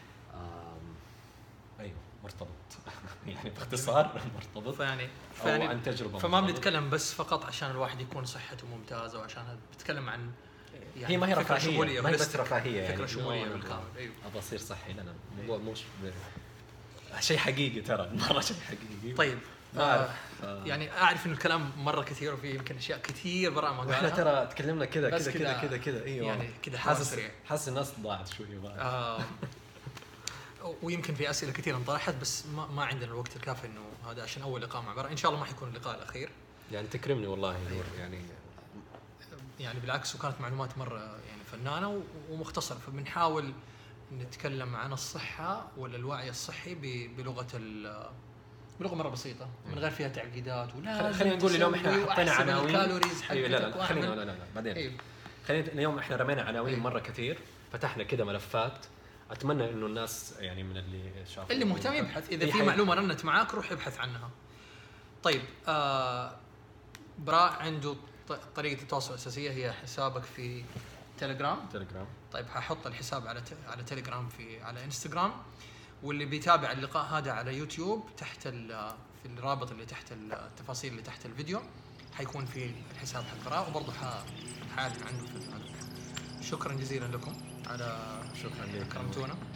B: ايوه مرتبط يعني باختصار مرتبط.
A: فيعني
B: فيعني عن تجربه
A: فما بنتكلم بس فقط عشان الواحد يكون صحته ممتازه، وعشان بتكلم عن
B: يعني هي ما هي رفاهيه، ما هي بس رفاهيه يعني
A: فكره شموليه بالكامل.
B: ايوه ابغى اصير صحي، لا لا الموضوع مش شيء حقيقي ترى، مره شيء حقيقي.
A: طيب
B: ما أعرف.
A: آه يعني اعرف ان الكلام مره كثير وفي يمكن اشياء كثير برا ما قالها،
B: احنا ترى تكلمنا كذا كذا كذا كذا كذا ايوه
A: يعني كذا
B: حاسس حاسس الناس ضاعت شويه بعد
A: آه ويمكن في اسئله كثيره انطرحت، بس ما, ما عندنا الوقت الكافي انه هذا عشان اول لقاء مع برا. ان شاء الله ما حيكون اللقاء الاخير
B: يعني تكرمني والله نور يعني
A: يعني بالعكس، وكانت معلومات مره يعني فنانه ومختصره. فبنحاول نتكلم عن الصحه ولا الوعي الصحي بلغه بلغه مره بسيطه من غير فيها تعقيدات. ولا
B: خلينا نقول اليوم احنا حطينا عناوين
A: الكالوريز حقتك.
B: أيوة لا لا خلينا لا لا لا بعدين
A: أيوة.
B: خلينا اليوم احنا رمينا عناوين أيوة. مره كثير، فتحنا كده ملفات. اتمنى انه الناس يعني من اللي شافوا
A: اللي مهتم يبحث، اذا في معلومه رنت معاك روح ابحث عنها. طيب آه براء عنده طريقه التواصل الاساسيه هي حسابك في تليجرام.
B: تليجرام
A: طيب هحط الحساب على على تليجرام في على انستغرام، واللي بيتابع اللقاء هذا على يوتيوب تحت في الرابط اللي تحت التفاصيل اللي تحت الفيديو حيكون في الحساب حق براء، وبرضه حاعلن عنه في الفيديو. شكرا جزيلا لكم على
B: شكرا لكم
A: كرمتونا.